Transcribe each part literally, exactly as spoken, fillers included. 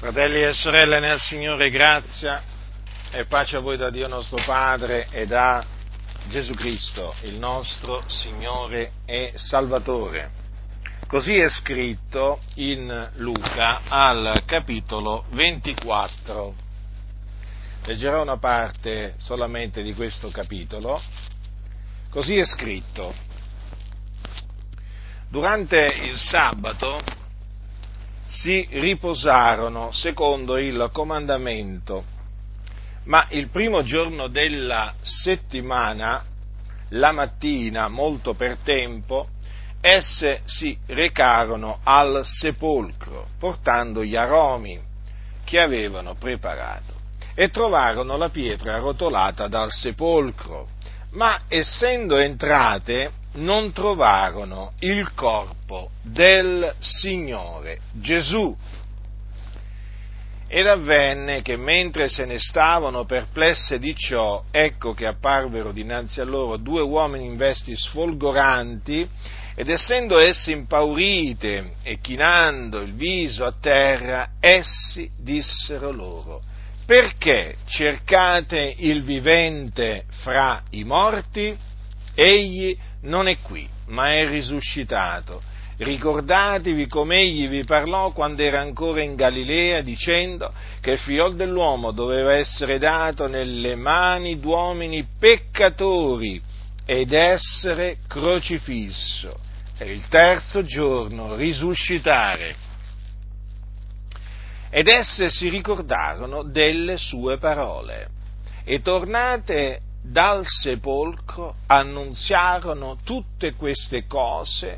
Fratelli e sorelle nel Signore, grazia e pace a voi da Dio nostro Padre e da Gesù Cristo, il nostro Signore e Salvatore. Così è scritto in Luca al capitolo ventiquattro. Leggerò una parte solamente di questo capitolo. Così è scritto: durante il sabato si riposarono secondo il comandamento, ma il primo giorno della settimana, la mattina, molto per tempo, esse si recarono al sepolcro, portando gli aromi che avevano preparato, e trovarono la pietra rotolata dal sepolcro, ma essendo entrate non trovarono il corpo del Signore Gesù. Ed avvenne che mentre se ne stavano perplesse di ciò, ecco che apparvero dinanzi a loro due uomini in vesti sfolgoranti, ed essendo essi impaurite e chinando il viso a terra, essi dissero loro: perché cercate il vivente fra i morti? Egli non è qui, ma è risuscitato. Ricordatevi come egli vi parlò quando era ancora in Galilea, dicendo che il figlio dell'uomo doveva essere dato nelle mani d'uomini peccatori ed essere crocifisso e il terzo giorno risuscitare. Ed esse si ricordarono delle sue parole e tornate dal sepolcro annunziarono tutte queste cose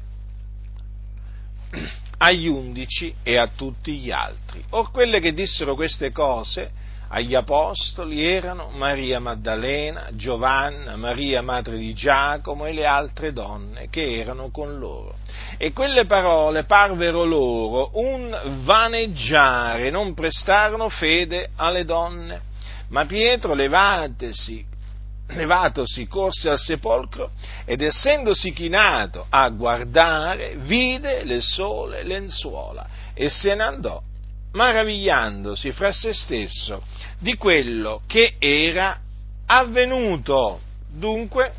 agli undici e a tutti gli altri. Or quelle che dissero queste cose agli apostoli erano Maria Maddalena, Giovanna, Maria madre di Giacomo e le altre donne che erano con loro. E quelle parole parvero loro un vaneggiare, non prestarono fede alle donne. Ma Pietro, levatesi, levatosi, corse al sepolcro ed essendosi chinato a guardare, vide le sole lenzuola e se ne andò, maravigliandosi fra se stesso di quello che era avvenuto. Dunque,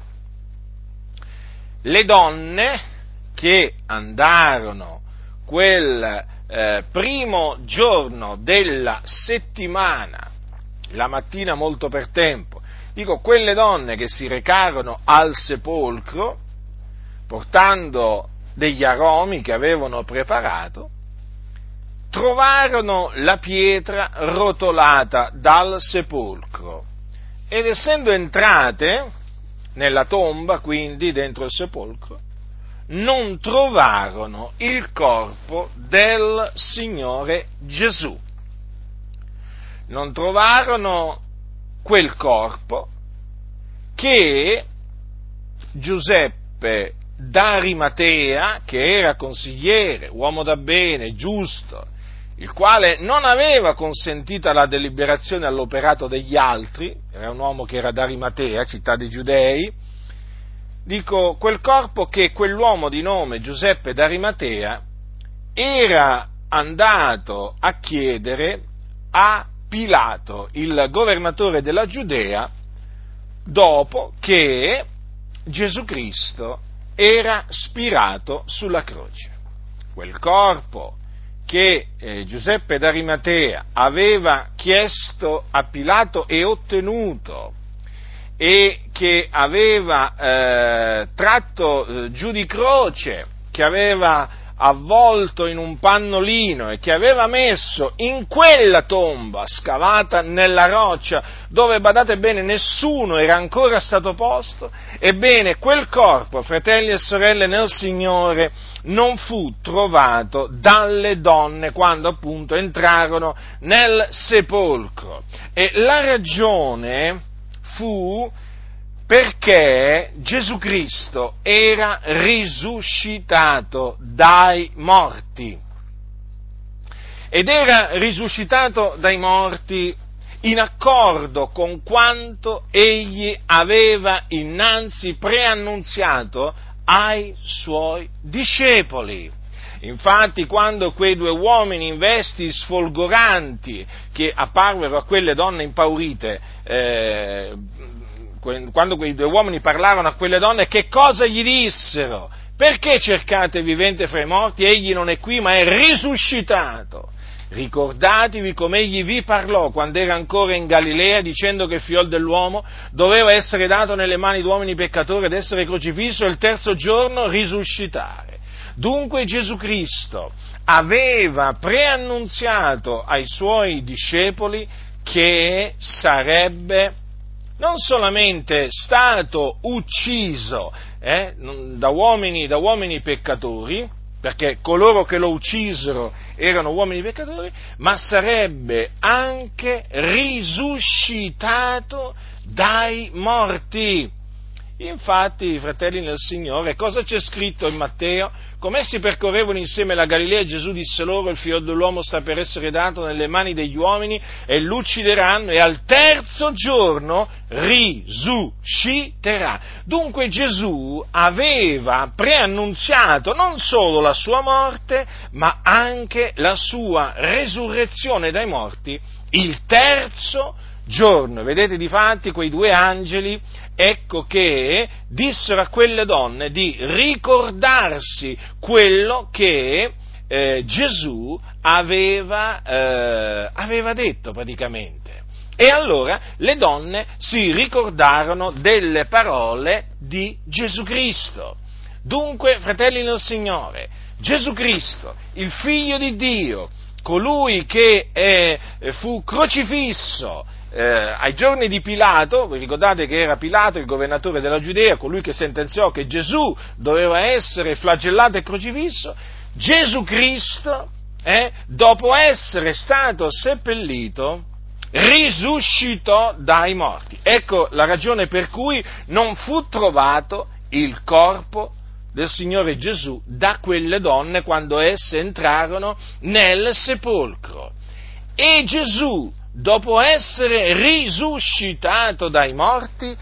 le donne che andarono quel eh, primo giorno della settimana, la mattina molto per tempo, dico, quelle donne che si recarono al sepolcro portando degli aromi che avevano preparato, trovarono la pietra rotolata dal sepolcro ed essendo entrate nella tomba, quindi dentro il sepolcro, non trovarono il corpo del Signore Gesù. Non trovarono quel corpo che Giuseppe d'Arimatea, che era consigliere, uomo da bene, giusto, il quale non aveva consentito la deliberazione all'operato degli altri, era un uomo che era d'Arimatea, città dei Giudei, dico, quel corpo che quell'uomo di nome Giuseppe d'Arimatea era andato a chiedere a Pilato, il governatore della Giudea, dopo che Gesù Cristo era spirato sulla croce. Quel corpo che eh, Giuseppe d'Arimatea aveva chiesto a Pilato e ottenuto, e che aveva eh, tratto eh, giù di croce, che aveva avvolto in un pannolino e che aveva messo in quella tomba scavata nella roccia, dove, badate bene, nessuno era ancora stato posto, ebbene quel corpo, fratelli e sorelle nel Signore, non fu trovato dalle donne quando appunto entrarono nel sepolcro. E la ragione fu perché Gesù Cristo era risuscitato dai morti, ed era risuscitato dai morti in accordo con quanto egli aveva innanzi preannunziato ai suoi discepoli. Infatti, quando quei due uomini in vesti sfolgoranti, che apparvero a quelle donne impaurite, eh, quando quei due uomini parlavano a quelle donne, che cosa gli dissero? Perché cercate vivente fra i morti? Egli non è qui, ma è risuscitato. Ricordatevi come egli vi parlò quando era ancora in Galilea, dicendo che il figlio dell'uomo doveva essere dato nelle mani di uomini peccatori ed essere crocifisso e il terzo giorno risuscitare. Dunque Gesù Cristo aveva preannunziato ai suoi discepoli che sarebbe non solamente stato ucciso eh, da uomini, da uomini peccatori, perché coloro che lo uccisero erano uomini peccatori, ma sarebbe anche risuscitato dai morti. Infatti, fratelli nel Signore, cosa c'è scritto in Matteo? Come essi percorrevano insieme la Galilea, Gesù disse loro: il figlio dell'uomo sta per essere dato nelle mani degli uomini e lo uccideranno e al terzo giorno risusciterà. Dunque Gesù aveva preannunziato non solo la sua morte, ma anche la sua resurrezione dai morti il terzo giorno. Vedete, difatti, quei due angeli, ecco che dissero a quelle donne di ricordarsi quello che eh, Gesù aveva, eh, aveva detto praticamente. E allora le donne si ricordarono delle parole di Gesù Cristo. Dunque, fratelli nel Signore, Gesù Cristo, il Figlio di Dio, colui che eh, fu crocifisso Eh, ai giorni di Pilato, vi ricordate che era Pilato il governatore della Giudea, colui che sentenziò che Gesù doveva essere flagellato e crocifisso, Gesù Cristo, eh, dopo essere stato seppellito, risuscitò dai morti. Ecco la ragione per cui non fu trovato il corpo del Signore Gesù da quelle donne quando esse entrarono nel sepolcro. E Gesù, dopo essere risuscitato dai morti,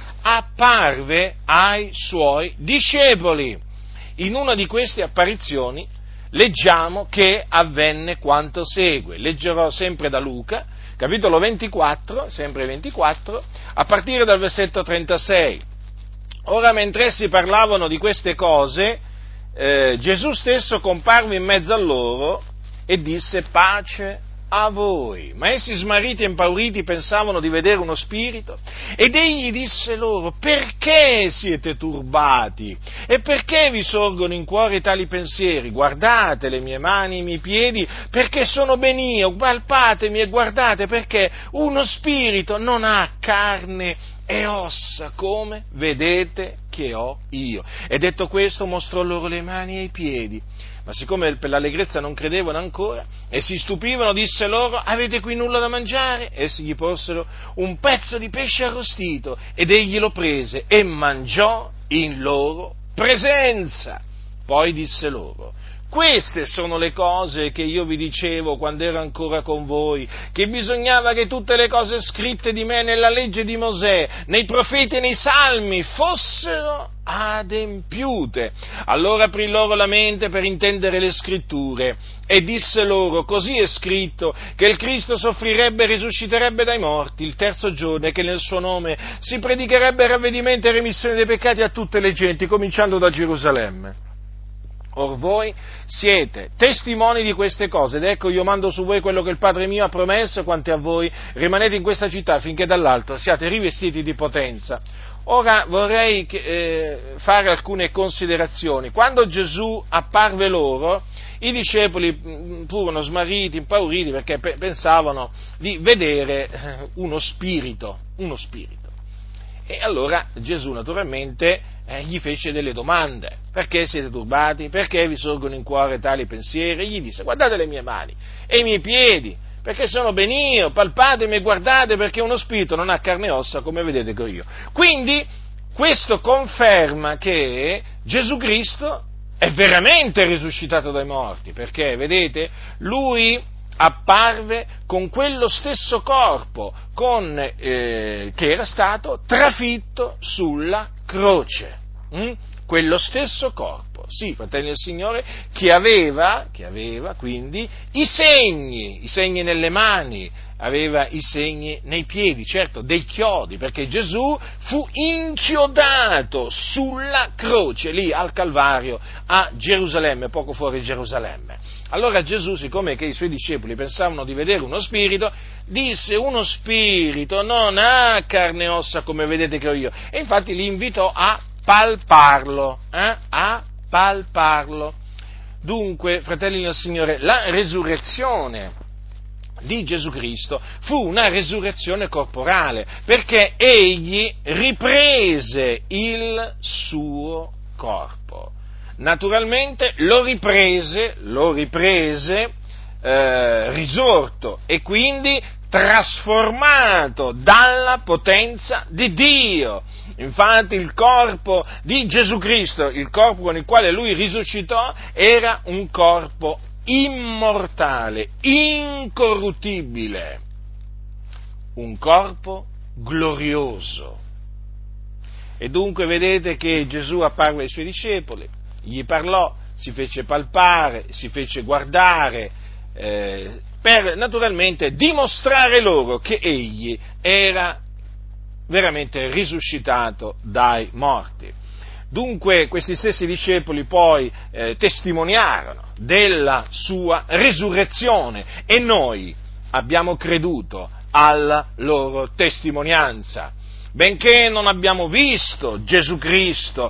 apparve ai suoi discepoli. In una di queste apparizioni leggiamo che avvenne quanto segue. Leggerò sempre da Luca, capitolo ventiquattro, sempre ventiquattro, a partire dal versetto trentasei. Ora, mentre essi parlavano di queste cose, eh, Gesù stesso comparve in mezzo a loro e disse: pace a voi. Ma essi, smarriti e impauriti, pensavano di vedere uno spirito, ed egli disse loro: perché siete turbati? E perché vi sorgono in cuore tali pensieri? Guardate le mie mani e i miei piedi, perché sono ben io, palpatemi e guardate, perché uno spirito non ha carne e ossa, come vedete che ho io. E detto questo, mostrò loro le mani e i piedi. Ma siccome per l'allegrezza non credevano ancora e si stupivano, disse loro: avete qui nulla da mangiare? Essi gli porsero un pezzo di pesce arrostito, ed egli lo prese e mangiò in loro presenza. Poi disse loro: queste sono le cose che io vi dicevo quando ero ancora con voi, che bisognava che tutte le cose scritte di me nella legge di Mosè, nei profeti e nei salmi fossero adempiute. Allora aprì loro la mente per intendere le scritture e disse loro: così è scritto che il Cristo soffrirebbe e risusciterebbe dai morti il terzo giorno, e che nel suo nome si predicherebbe ravvedimento e remissione dei peccati a tutte le genti, cominciando da Gerusalemme. Or voi siete testimoni di queste cose, ed ecco io mando su voi quello che il Padre mio ha promesso. Quanto a voi, rimanete in questa città finché dall'alto siate rivestiti di potenza. Ora vorrei eh, fare alcune considerazioni. Quando Gesù apparve loro, i discepoli furono smarriti, impauriti, perché pe- pensavano di vedere uno spirito, uno spirito. E allora Gesù naturalmente eh, gli fece delle domande: perché siete turbati? Perché vi sorgono in cuore tali pensieri? E gli disse: guardate le mie mani e i miei piedi, perché sono ben io, palpatemi e guardate, perché uno spirito non ha carne e ossa come vedete che ho io. Quindi questo conferma che Gesù Cristo è veramente risuscitato dai morti, perché vedete, lui apparve con quello stesso corpo con, eh, che era stato trafitto sulla croce. Mm? quello stesso corpo, sì, fratelli del Signore, che aveva, che aveva quindi i segni, i segni nelle mani, aveva i segni nei piedi, certo, dei chiodi, perché Gesù fu inchiodato sulla croce, lì al Calvario, a Gerusalemme, poco fuori Gerusalemme. Allora Gesù, siccome che i suoi discepoli pensavano di vedere uno spirito, disse: uno spirito non ha carne e ossa come vedete che ho io, e infatti li invitò a palparlo, eh? a palparlo. Dunque, fratelli del Signore, la resurrezione di Gesù Cristo fu una resurrezione corporale, perché egli riprese il suo corpo. Naturalmente lo riprese, lo riprese eh, risorto e quindi trasformato dalla potenza di Dio. Infatti il corpo di Gesù Cristo, il corpo con il quale lui risuscitò, era un corpo immortale, incorruttibile, un corpo glorioso. E dunque vedete che Gesù apparve ai suoi discepoli, gli parlò, si fece palpare, si fece guardare, eh, per naturalmente dimostrare loro che egli era veramente risuscitato dai morti. Dunque questi stessi discepoli poi eh, testimoniarono della sua risurrezione e noi abbiamo creduto alla loro testimonianza. Benché non abbiamo visto Gesù Cristo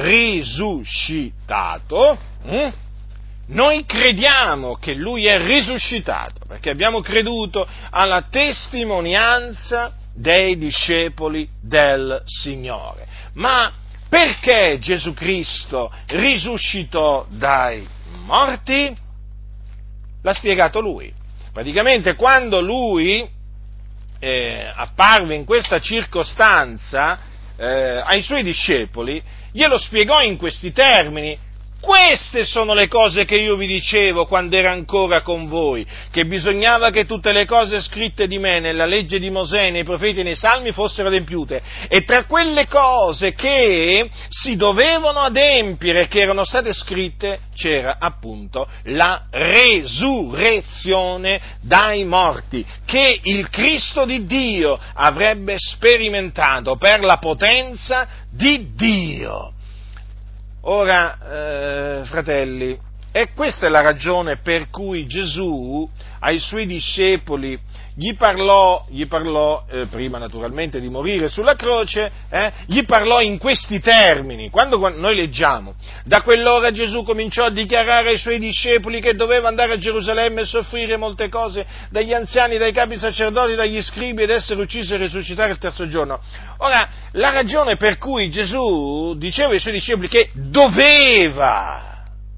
risuscitato, hm? noi crediamo che Lui è risuscitato, perché abbiamo creduto alla testimonianza dei discepoli del Signore. Ma perché Gesù Cristo risuscitò dai morti? L'ha spiegato Lui. Praticamente quando Lui eh, apparve in questa circostanza eh, ai Suoi discepoli, glielo spiegò in questi termini: queste sono le cose che io vi dicevo quando ero ancora con voi, che bisognava che tutte le cose scritte di me nella legge di Mosè, nei profeti e nei salmi fossero adempiute. E tra quelle cose che si dovevano adempiere, che erano state scritte, c'era appunto la resurrezione dai morti, che il Cristo di Dio avrebbe sperimentato per la potenza di Dio. Ora, eh, fratelli, e questa è la ragione per cui Gesù ai Suoi discepoli gli parlò, gli parlò eh, prima naturalmente di morire sulla croce, eh, gli parlò in questi termini. Quando, quando noi leggiamo: da quell'ora Gesù cominciò a dichiarare ai Suoi discepoli che doveva andare a Gerusalemme e soffrire molte cose dagli anziani, dai capi sacerdoti, dagli scribi, ed essere ucciso e risuscitare il terzo giorno. Ora, la ragione per cui Gesù diceva ai Suoi discepoli che doveva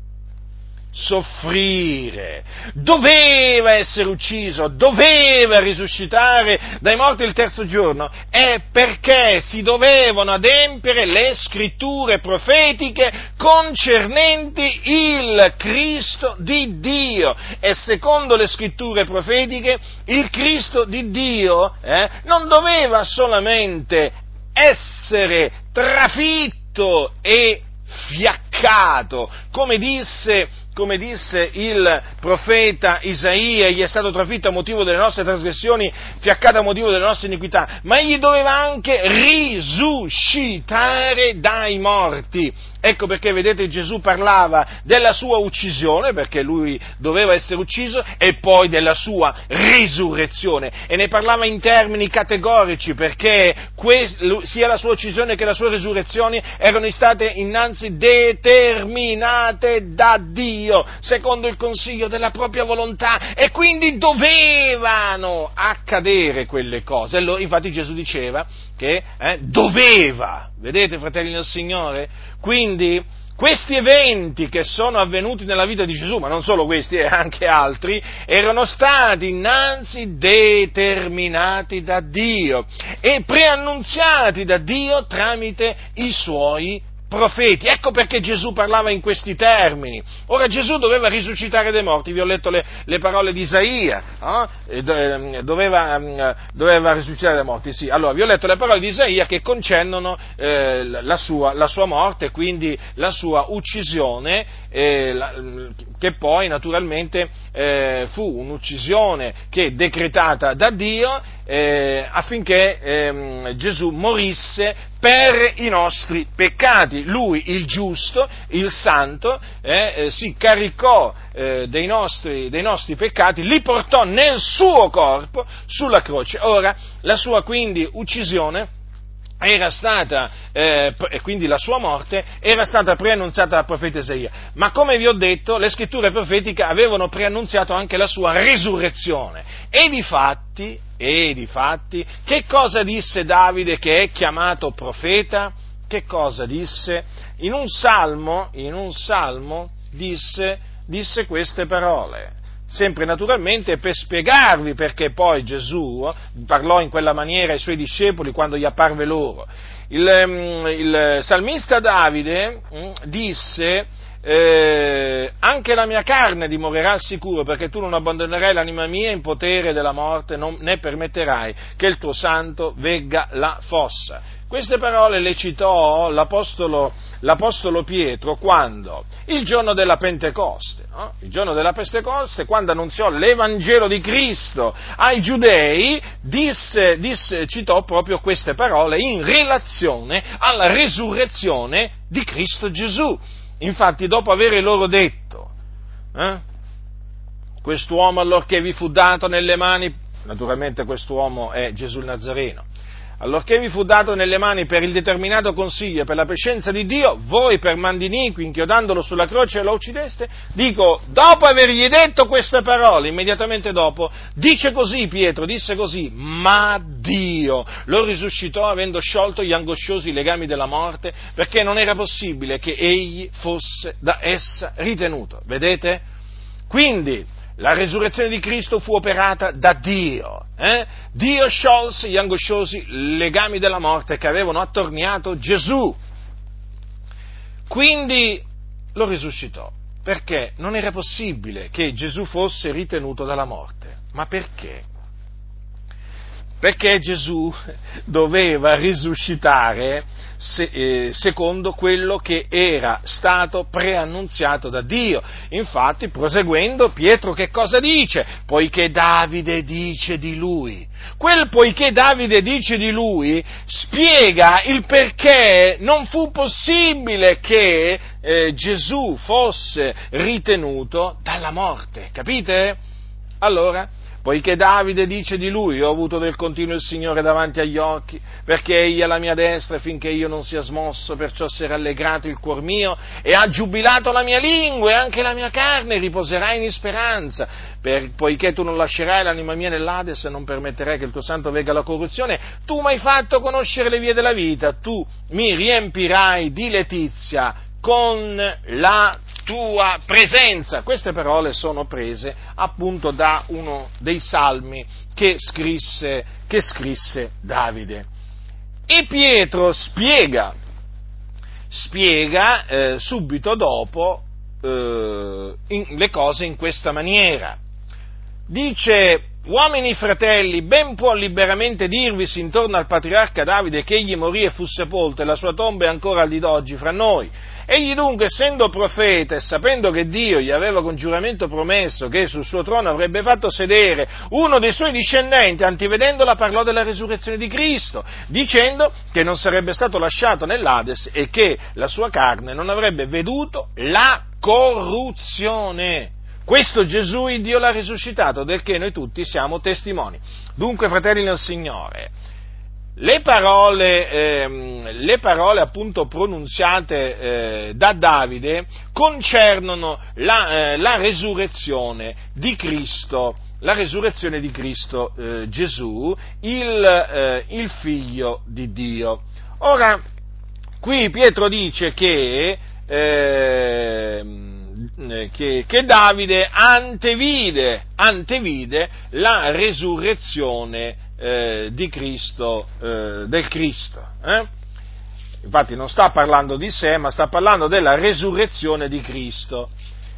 soffrire, doveva essere ucciso, doveva risuscitare dai morti il terzo giorno, è perché si dovevano adempiere le scritture profetiche concernenti il Cristo di Dio. E secondo le scritture profetiche il Cristo di Dio eh, non doveva solamente essere trafitto e fiaccato, come disse come disse il profeta Isaia: gli è stato trafitto a motivo delle nostre trasgressioni, fiaccato a motivo delle nostre iniquità, ma egli doveva anche risuscitare dai morti. Ecco perché, vedete, Gesù parlava della sua uccisione, perché lui doveva essere ucciso, e poi della sua risurrezione, e ne parlava in termini categorici, perché que- sia la sua uccisione che la sua risurrezione erano state innanzi determinate da Dio, secondo il consiglio della propria volontà, e quindi dovevano accadere quelle cose. Allora, infatti Gesù diceva che eh, doveva, vedete, fratelli del Signore? Quindi questi eventi che sono avvenuti nella vita di Gesù, ma non solo questi, e anche altri, erano stati innanzi determinati da Dio e preannunziati da Dio tramite i Suoi profeti. Ecco perché Gesù parlava in questi termini. Ora Gesù doveva risuscitare dai morti, vi ho letto le, le parole di Isaia, eh? doveva, doveva risuscitare dai morti, sì. Allora vi ho letto le parole di Isaia che concernono eh, la, sua, la sua morte, quindi la sua uccisione, eh, la, che poi naturalmente eh, fu un'uccisione che decretata da Dio eh, affinché eh, Gesù morisse per i nostri peccati. Lui, il giusto, il santo, eh, eh, si caricò eh, dei, nostri, dei nostri peccati, li portò nel suo corpo sulla croce. Ora, la sua quindi uccisione era stata, eh, e quindi la sua morte, era stata preannunziata dal profeta Isaia. Ma come vi ho detto, le scritture profetiche avevano preannunziato anche la sua risurrezione. E difatti, e difatti, che cosa disse Davide che è chiamato profeta? Che cosa disse? In un salmo, in un salmo disse, disse queste parole. Sempre naturalmente per spiegarvi perché poi Gesù parlò in quella maniera ai suoi discepoli quando gli apparve loro. Il, il salmista Davide disse: eh, anche la mia carne dimorerà al sicuro, perché tu non abbandonerai l'anima mia in potere della morte, non, né permetterai che il tuo santo vegga la fossa. Queste parole le citò l'apostolo, l'apostolo Pietro quando, il giorno della Pentecoste, no? il giorno della Pentecoste, quando annunziò l'Evangelo di Cristo ai giudei, disse, disse, citò proprio queste parole in relazione alla resurrezione di Cristo Gesù. Infatti, dopo aver loro detto, eh, quest'uomo allorché vi fu dato nelle mani, naturalmente quest'uomo è Gesù il Nazareno, allorché vi fu dato nelle mani per il determinato consiglio e per la prescenza di Dio, voi per mandi iniqui, inchiodandolo sulla croce lo uccideste? Dico, dopo avergli detto queste parole, immediatamente dopo, dice così Pietro, disse così, ma Dio lo risuscitò avendo sciolto gli angosciosi legami della morte, perché non era possibile che egli fosse da essa ritenuto. Vedete? Quindi, la resurrezione di Cristo fu operata da Dio. Eh? Dio sciolse gli angosciosi legami della morte che avevano attorniato Gesù. Quindi lo risuscitò, perché non era possibile che Gesù fosse ritenuto dalla morte. Ma perché? Perché Gesù doveva risuscitare se, eh, secondo quello che era stato preannunziato da Dio. Infatti, proseguendo, Pietro che cosa dice? Poiché Davide dice di lui. Quel poiché Davide dice di lui spiega il perché non fu possibile che eh, Gesù fosse ritenuto dalla morte. Capite? Allora, poiché Davide dice di lui, ho avuto del continuo il Signore davanti agli occhi, perché egli è alla mia destra finché io non sia smosso, perciò si è rallegrato il cuor mio e ha giubilato la mia lingua e anche la mia carne riposerà in speranza, per, poiché tu non lascerai l'anima mia nell'Ades e non permetterai che il tuo santo vegga alla corruzione, tu mi hai fatto conoscere le vie della vita, tu mi riempirai di letizia con la tua presenza. Queste parole sono prese appunto da uno dei salmi che scrisse, che scrisse Davide. E Pietro spiega, spiega eh, subito dopo eh, in, le cose in questa maniera. Dice: uomini fratelli, ben può liberamente dirvisi intorno al patriarca Davide che egli morì e fu sepolto e la sua tomba è ancora al di d'oggi fra noi. Egli dunque, essendo profeta e sapendo che Dio gli aveva con giuramento promesso che sul suo trono avrebbe fatto sedere uno dei suoi discendenti, antivedendola parlò della resurrezione di Cristo, dicendo che non sarebbe stato lasciato nell'Ades e che la sua carne non avrebbe veduto la corruzione. Questo Gesù il Dio l'ha risuscitato, del che noi tutti siamo testimoni. Dunque, fratelli nel Signore, le parole, ehm, le parole appunto pronunziate eh, da Davide concernono la, eh, la resurrezione di Cristo, la resurrezione di Cristo eh, Gesù, il, eh, il Figlio di Dio. Ora, qui Pietro dice che eh, Che, che Davide antevide, antevide la resurrezione eh, di Cristo, eh, del Cristo. Eh? infatti non sta parlando di sé, ma sta parlando della resurrezione di Cristo.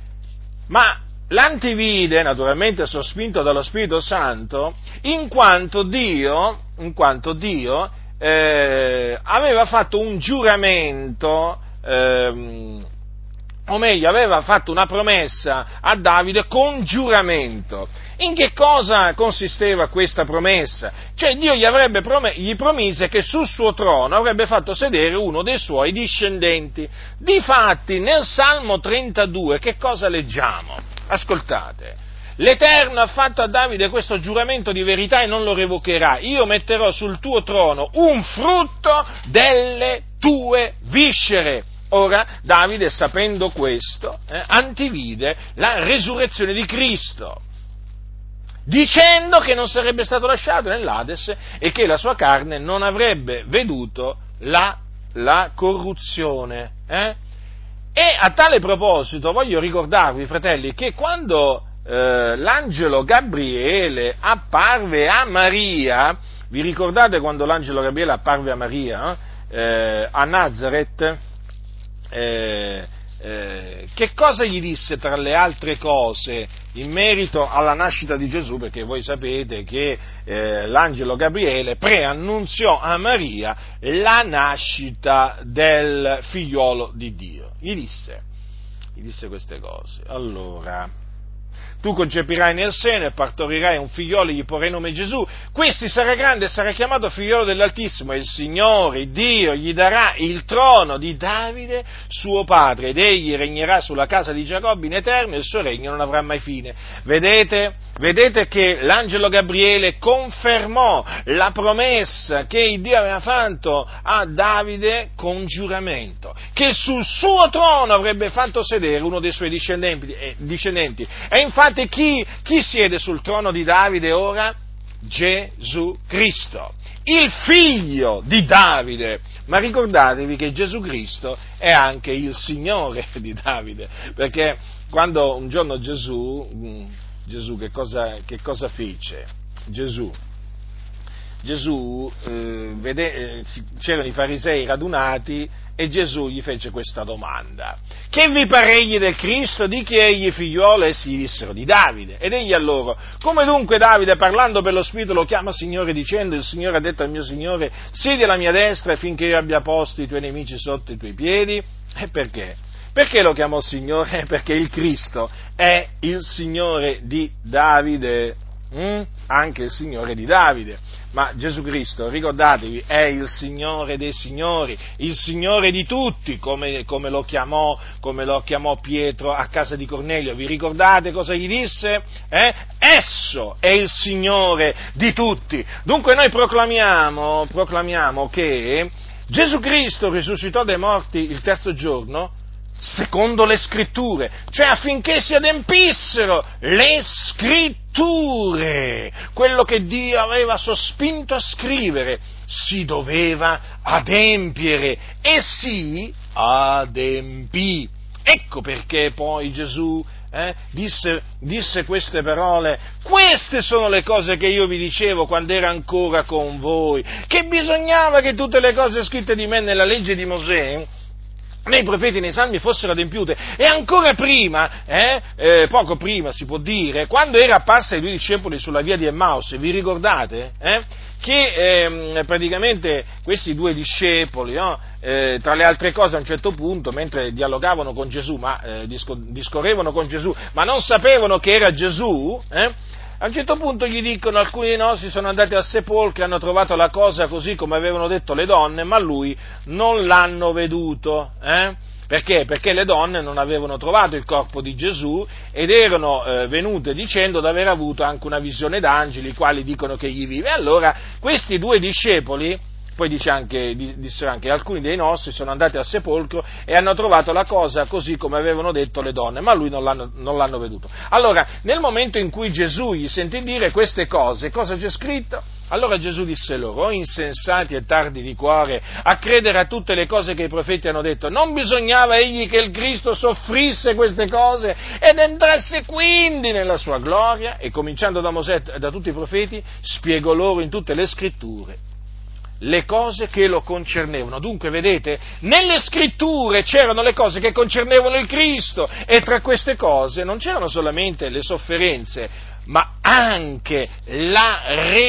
Ma l'antivide, naturalmente sospinto dallo Spirito Santo, in quanto Dio, in quanto Dio eh, aveva fatto un giuramento, ehm, o meglio, aveva fatto una promessa a Davide con giuramento. In che cosa consisteva questa promessa? Cioè Dio gli, avrebbe prom- gli promise che sul suo trono avrebbe fatto sedere uno dei suoi discendenti. Difatti nel Salmo trentadue che cosa leggiamo? Ascoltate. L'Eterno ha fatto a Davide questo giuramento di verità e non lo revocherà. Io metterò sul tuo trono un frutto delle tue viscere. Ora Davide, sapendo questo, eh, antivide la resurrezione di Cristo, dicendo che non sarebbe stato lasciato nell'Ades e che la sua carne non avrebbe veduto la, la corruzione. Eh? E a tale proposito voglio ricordarvi, fratelli, che quando eh, l'angelo Gabriele apparve a Maria, vi ricordate quando l'angelo Gabriele apparve a Maria eh, a Nazaret? Eh, eh, che cosa gli disse tra le altre cose in merito alla nascita di Gesù? Perché voi sapete che eh, l'angelo Gabriele preannunziò a Maria la nascita del figliolo di Dio. Gli disse, gli disse queste cose. Allora, tu concepirai nel seno e partorirai un figliolo e gli porrai nome Gesù. Questi sarà grande e sarà chiamato figliolo dell'Altissimo e il Signore, Dio, gli darà il trono di Davide, suo padre, ed egli regnerà sulla casa di Giacobbe in eterno e il suo regno non avrà mai fine. Vedete? Vedete che l'angelo Gabriele confermò la promessa che Dio aveva fatto a Davide con giuramento, che sul suo trono avrebbe fatto sedere uno dei suoi discendenti. E, discendenti. e infatti Chi, chi siede sul trono di Davide ora? Gesù Cristo, il figlio di Davide. Ma ricordatevi che Gesù Cristo è anche il Signore di Davide, perché quando un giorno Gesù, Gesù che cosa, che cosa fece? Gesù, Gesù eh, vede, eh, c'erano i farisei radunati e Gesù gli fece questa domanda: che vi pare egli del Cristo? Di chi è egli figliuolo? Essi gli dissero: di Davide. Ed egli a loro: come dunque Davide, parlando per lo Spirito, lo chiama Signore, dicendo: il Signore ha detto al mio Signore, siedi alla mia destra finché io abbia posto i tuoi nemici sotto i tuoi piedi? E perché? Perché lo chiamò Signore? Perché il Cristo è il Signore di Davide, mm? anche il Signore di Davide. Ma Gesù Cristo, ricordatevi, è il Signore dei Signori, il Signore di tutti, come, come, lo chiamò, come lo chiamò Pietro a casa di Cornelio. Vi ricordate cosa gli disse? Eh? Esso è il Signore di tutti. Dunque noi proclamiamo, proclamiamo che Gesù Cristo risuscitò dai morti il terzo giorno, secondo le scritture, cioè affinché si adempissero le scritture, quello che Dio aveva sospinto a scrivere si doveva adempiere e si adempì. Ecco perché poi Gesù eh, disse, disse queste parole: queste sono le cose che io vi dicevo quando ero ancora con voi, che bisognava che tutte le cose scritte di me nella legge di Mosè, nei profeti e nei salmi fossero adempiute. E ancora prima, eh, eh, poco prima si può dire, quando era apparsa ai due discepoli sulla via di Emmaus, vi ricordate? Eh, che eh, praticamente questi due discepoli, no, eh, tra le altre cose a un certo punto, mentre dialogavano con Gesù, ma eh, discorrevano con Gesù, ma non sapevano che era Gesù, eh, a un certo punto gli dicono: alcuni dei nostri sono andati al sepolcro e hanno trovato la cosa così come avevano detto le donne, ma lui non l'hanno veduto. Eh? Perché? Perché le donne non avevano trovato il corpo di Gesù ed erano eh, venute dicendo di aver avuto anche una visione d'angeli, i quali dicono che egli vive. Allora questi due discepoli, poi dice anche, dissero anche: alcuni dei nostri sono andati al sepolcro e hanno trovato la cosa così come avevano detto le donne, ma lui non l'hanno, non l'hanno veduto. Allora, nel momento in cui Gesù gli sentì dire queste cose, cosa c'è scritto? Allora Gesù disse loro: o insensati e tardi di cuore a credere a tutte le cose che i profeti hanno detto, non bisognava egli che il Cristo soffrisse queste cose ed entrasse quindi nella sua gloria? E cominciando da Mosè e da tutti i profeti, spiegò loro in tutte le scritture le cose che lo concernevano. Dunque, vedete, nelle scritture c'erano le cose che concernevano il Cristo, e tra queste cose non c'erano solamente le sofferenze, ma anche la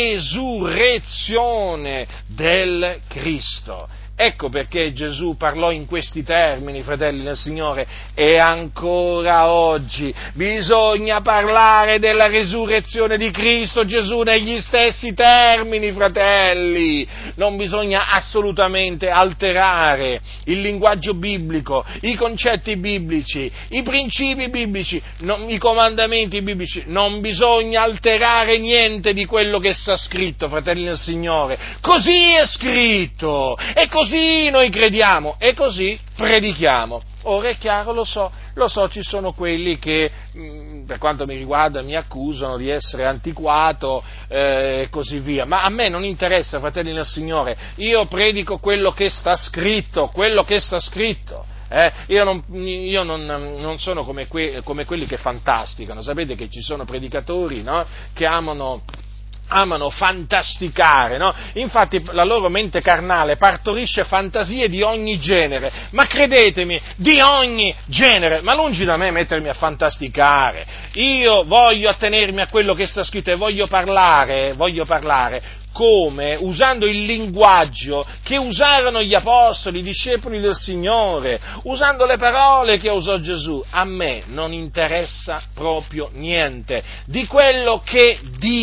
resurrezione del Cristo. Ecco perché Gesù parlò in questi termini, fratelli del Signore, e ancora oggi bisogna parlare della resurrezione di Cristo Gesù negli stessi termini, fratelli. Non bisogna assolutamente alterare il linguaggio biblico, i concetti biblici, i principi biblici, non, i comandamenti biblici. Non bisogna alterare niente di quello che sta scritto, fratelli del Signore. Così è scritto, e così Così noi crediamo e così predichiamo. Ora è chiaro, lo so, lo so, ci sono quelli che, mh, per quanto mi riguarda, mi accusano di essere antiquato eh, e così via, ma a me non interessa, fratelli del Signore, io predico quello che sta scritto, quello che sta scritto. Eh, io non, io non, non sono come, que, come quelli che fantasticano. Sapete che ci sono predicatori, no, che amano... amano fantasticare, no? Infatti la loro mente carnale partorisce fantasie di ogni genere, ma credetemi, di ogni genere, ma lungi da me mettermi a fantasticare. Io voglio attenermi a quello che sta scritto e voglio parlare, voglio parlare come, usando il linguaggio che usarono gli apostoli, i discepoli del Signore, usando le parole che usò Gesù. A me non interessa proprio niente di quello che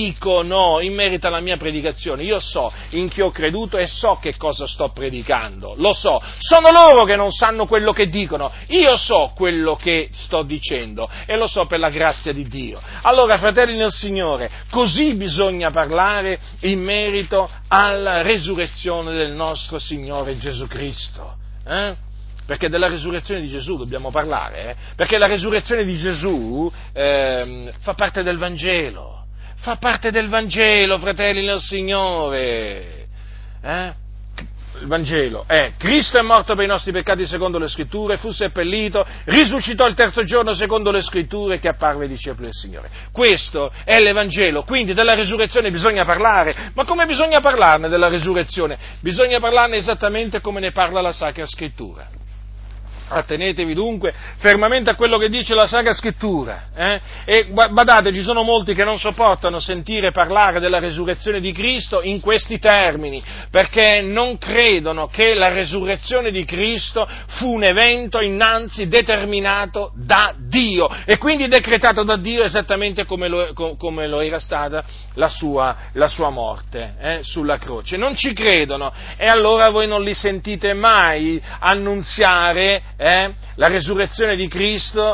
dicono in merito alla mia predicazione. Io so in chi ho creduto e so che cosa sto predicando, lo so. Sono loro che non sanno quello che dicono, io so quello che sto dicendo e lo so per la grazia di Dio. Allora, fratelli nel Signore, così bisogna parlare in merito merito alla resurrezione del nostro Signore Gesù Cristo, eh? Perché della resurrezione di Gesù dobbiamo parlare, eh? Perché la resurrezione di Gesù eh, fa parte del Vangelo, fa parte del Vangelo, fratelli del Signore, eh? Il Vangelo è: Cristo è morto per i nostri peccati secondo le Scritture, fu seppellito, risuscitò il terzo giorno secondo le Scritture, che apparve ai discepoli del Signore. Questo è l'Evangelo, quindi della resurrezione bisogna parlare. Ma come bisogna parlarne della resurrezione? Bisogna parlarne esattamente come ne parla la Sacra Scrittura. Attenetevi dunque fermamente a quello che dice la Sacra Scrittura, eh? E badate, ci sono molti che non sopportano sentire parlare della resurrezione di Cristo in questi termini, perché non credono che la resurrezione di Cristo fu un evento innanzi determinato da Dio e quindi decretato da Dio esattamente come lo, come lo era stata la sua, la sua morte eh, sulla croce. Non ci credono, e allora voi non li sentite mai annunziare Eh, la resurrezione di Cristo,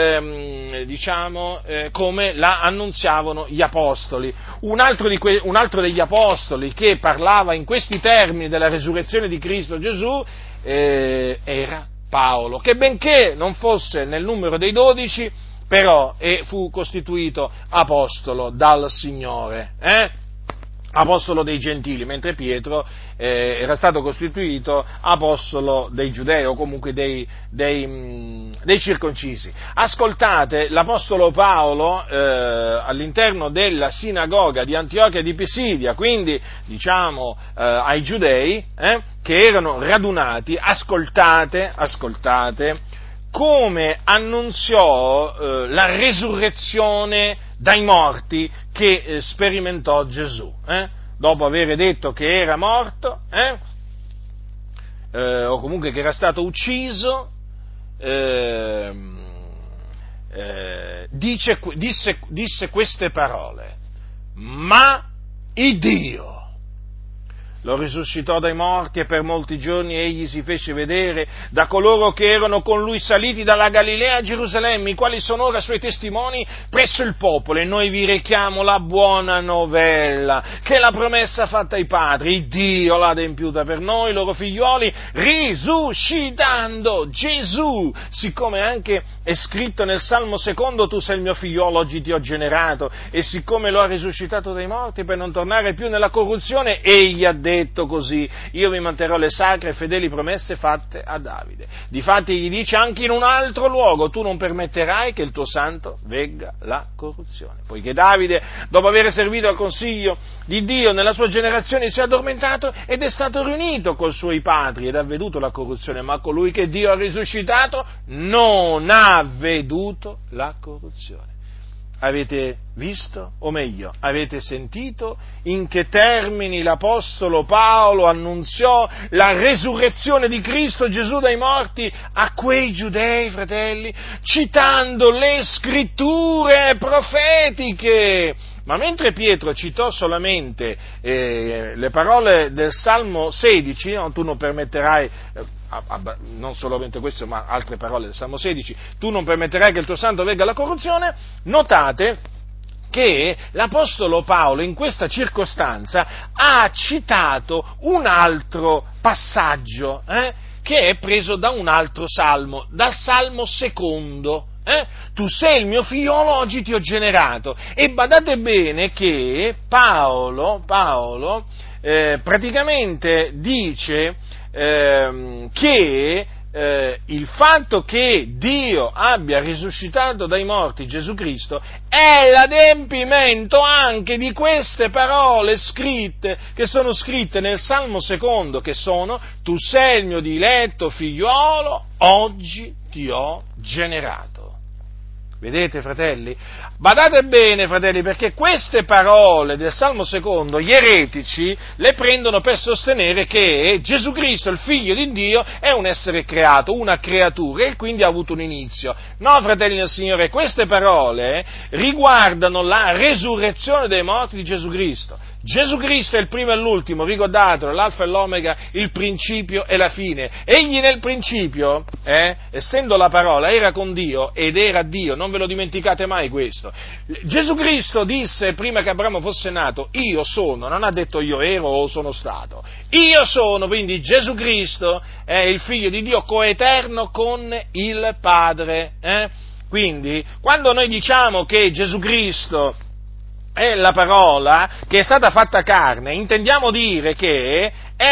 ehm, diciamo, eh, come la annunziavano gli apostoli. Un altro, di que- un altro degli apostoli che parlava in questi termini della resurrezione di Cristo Gesù eh, era Paolo, che benché non fosse nel numero dei dodici, però eh, fu costituito apostolo dal Signore, eh? apostolo dei gentili, mentre Pietro eh, era stato costituito apostolo dei giudei, o comunque dei, dei, mh, dei circoncisi. Ascoltate, l'apostolo Paolo eh, all'interno della sinagoga di Antiochia di Pisidia, quindi diciamo eh, ai giudei eh, che erano radunati, ascoltate, ascoltate, come annunziò eh, la resurrezione dai morti che eh, sperimentò Gesù, eh? Dopo aver detto che era morto, eh? Eh, o comunque che era stato ucciso, eh, eh, dice, disse, disse queste parole: ma il Dio lo risuscitò dai morti, e per molti giorni egli si fece vedere da coloro che erano con lui saliti dalla Galilea a Gerusalemme, i quali sono ora suoi testimoni presso il popolo. E noi vi rechiamo la buona novella, che la promessa fatta ai padri, Dio l'ha adempiuta per noi, loro figliuoli, risuscitando Gesù, siccome anche è scritto nel Salmo secondo: tu sei il mio figliolo, oggi ti ho generato. E siccome lo ha risuscitato dai morti per non tornare più nella corruzione, egli ha detto: scritto così, io vi manterrò le sacre e fedeli promesse fatte a Davide. Difatti gli dice anche in un altro luogo, tu non permetterai che il tuo santo vegga la corruzione. Poiché Davide, dopo aver servito al consiglio di Dio nella sua generazione, si è addormentato ed è stato riunito con i suoi padri ed ha veduto la corruzione, ma colui che Dio ha risuscitato non ha veduto la corruzione. Avete visto, o meglio, avete sentito in che termini l'Apostolo Paolo annunziò la resurrezione di Cristo Gesù dai morti a quei giudei, fratelli, citando le scritture profetiche. Ma mentre Pietro citò solamente eh, le parole del Salmo sedici, no, tu non permetterai, eh, non solamente questo, ma altre parole del Salmo sedici, tu non permetterai che il tuo santo vegga alla corruzione, notate che l'Apostolo Paolo in questa circostanza ha citato un altro passaggio, eh, che è preso da un altro salmo, dal Salmo secondo. Eh? Tu sei il mio figliolo, oggi ti ho generato. E badate bene che Paolo, Paolo eh, praticamente dice eh, che eh, il fatto che Dio abbia risuscitato dai morti Gesù Cristo è l'adempimento anche di queste parole scritte, che sono scritte nel Salmo secondo, che sono: tu sei il mio diletto figliolo, oggi ti ho generato. Vedete, fratelli? Badate bene, fratelli, perché queste parole del Salmo secondo gli eretici le prendono per sostenere che Gesù Cristo, il Figlio di Dio, è un essere creato, una creatura, e quindi ha avuto un inizio. No, fratelli del Signore, queste parole riguardano la resurrezione dei morti di Gesù Cristo. Gesù Cristo è il primo e l'ultimo, ricordatelo, l'alfa e l'omega, il principio e la fine. Egli nel principio, eh, essendo la parola, era con Dio ed era Dio, non ve lo dimenticate mai questo. Gesù Cristo disse prima che Abramo fosse nato: io sono, non ha detto io ero o sono stato, io sono, quindi Gesù Cristo è il Figlio di Dio coeterno con il Padre. Eh? Quindi, quando noi diciamo che Gesù Cristo è la parola che è stata fatta carne, intendiamo dire che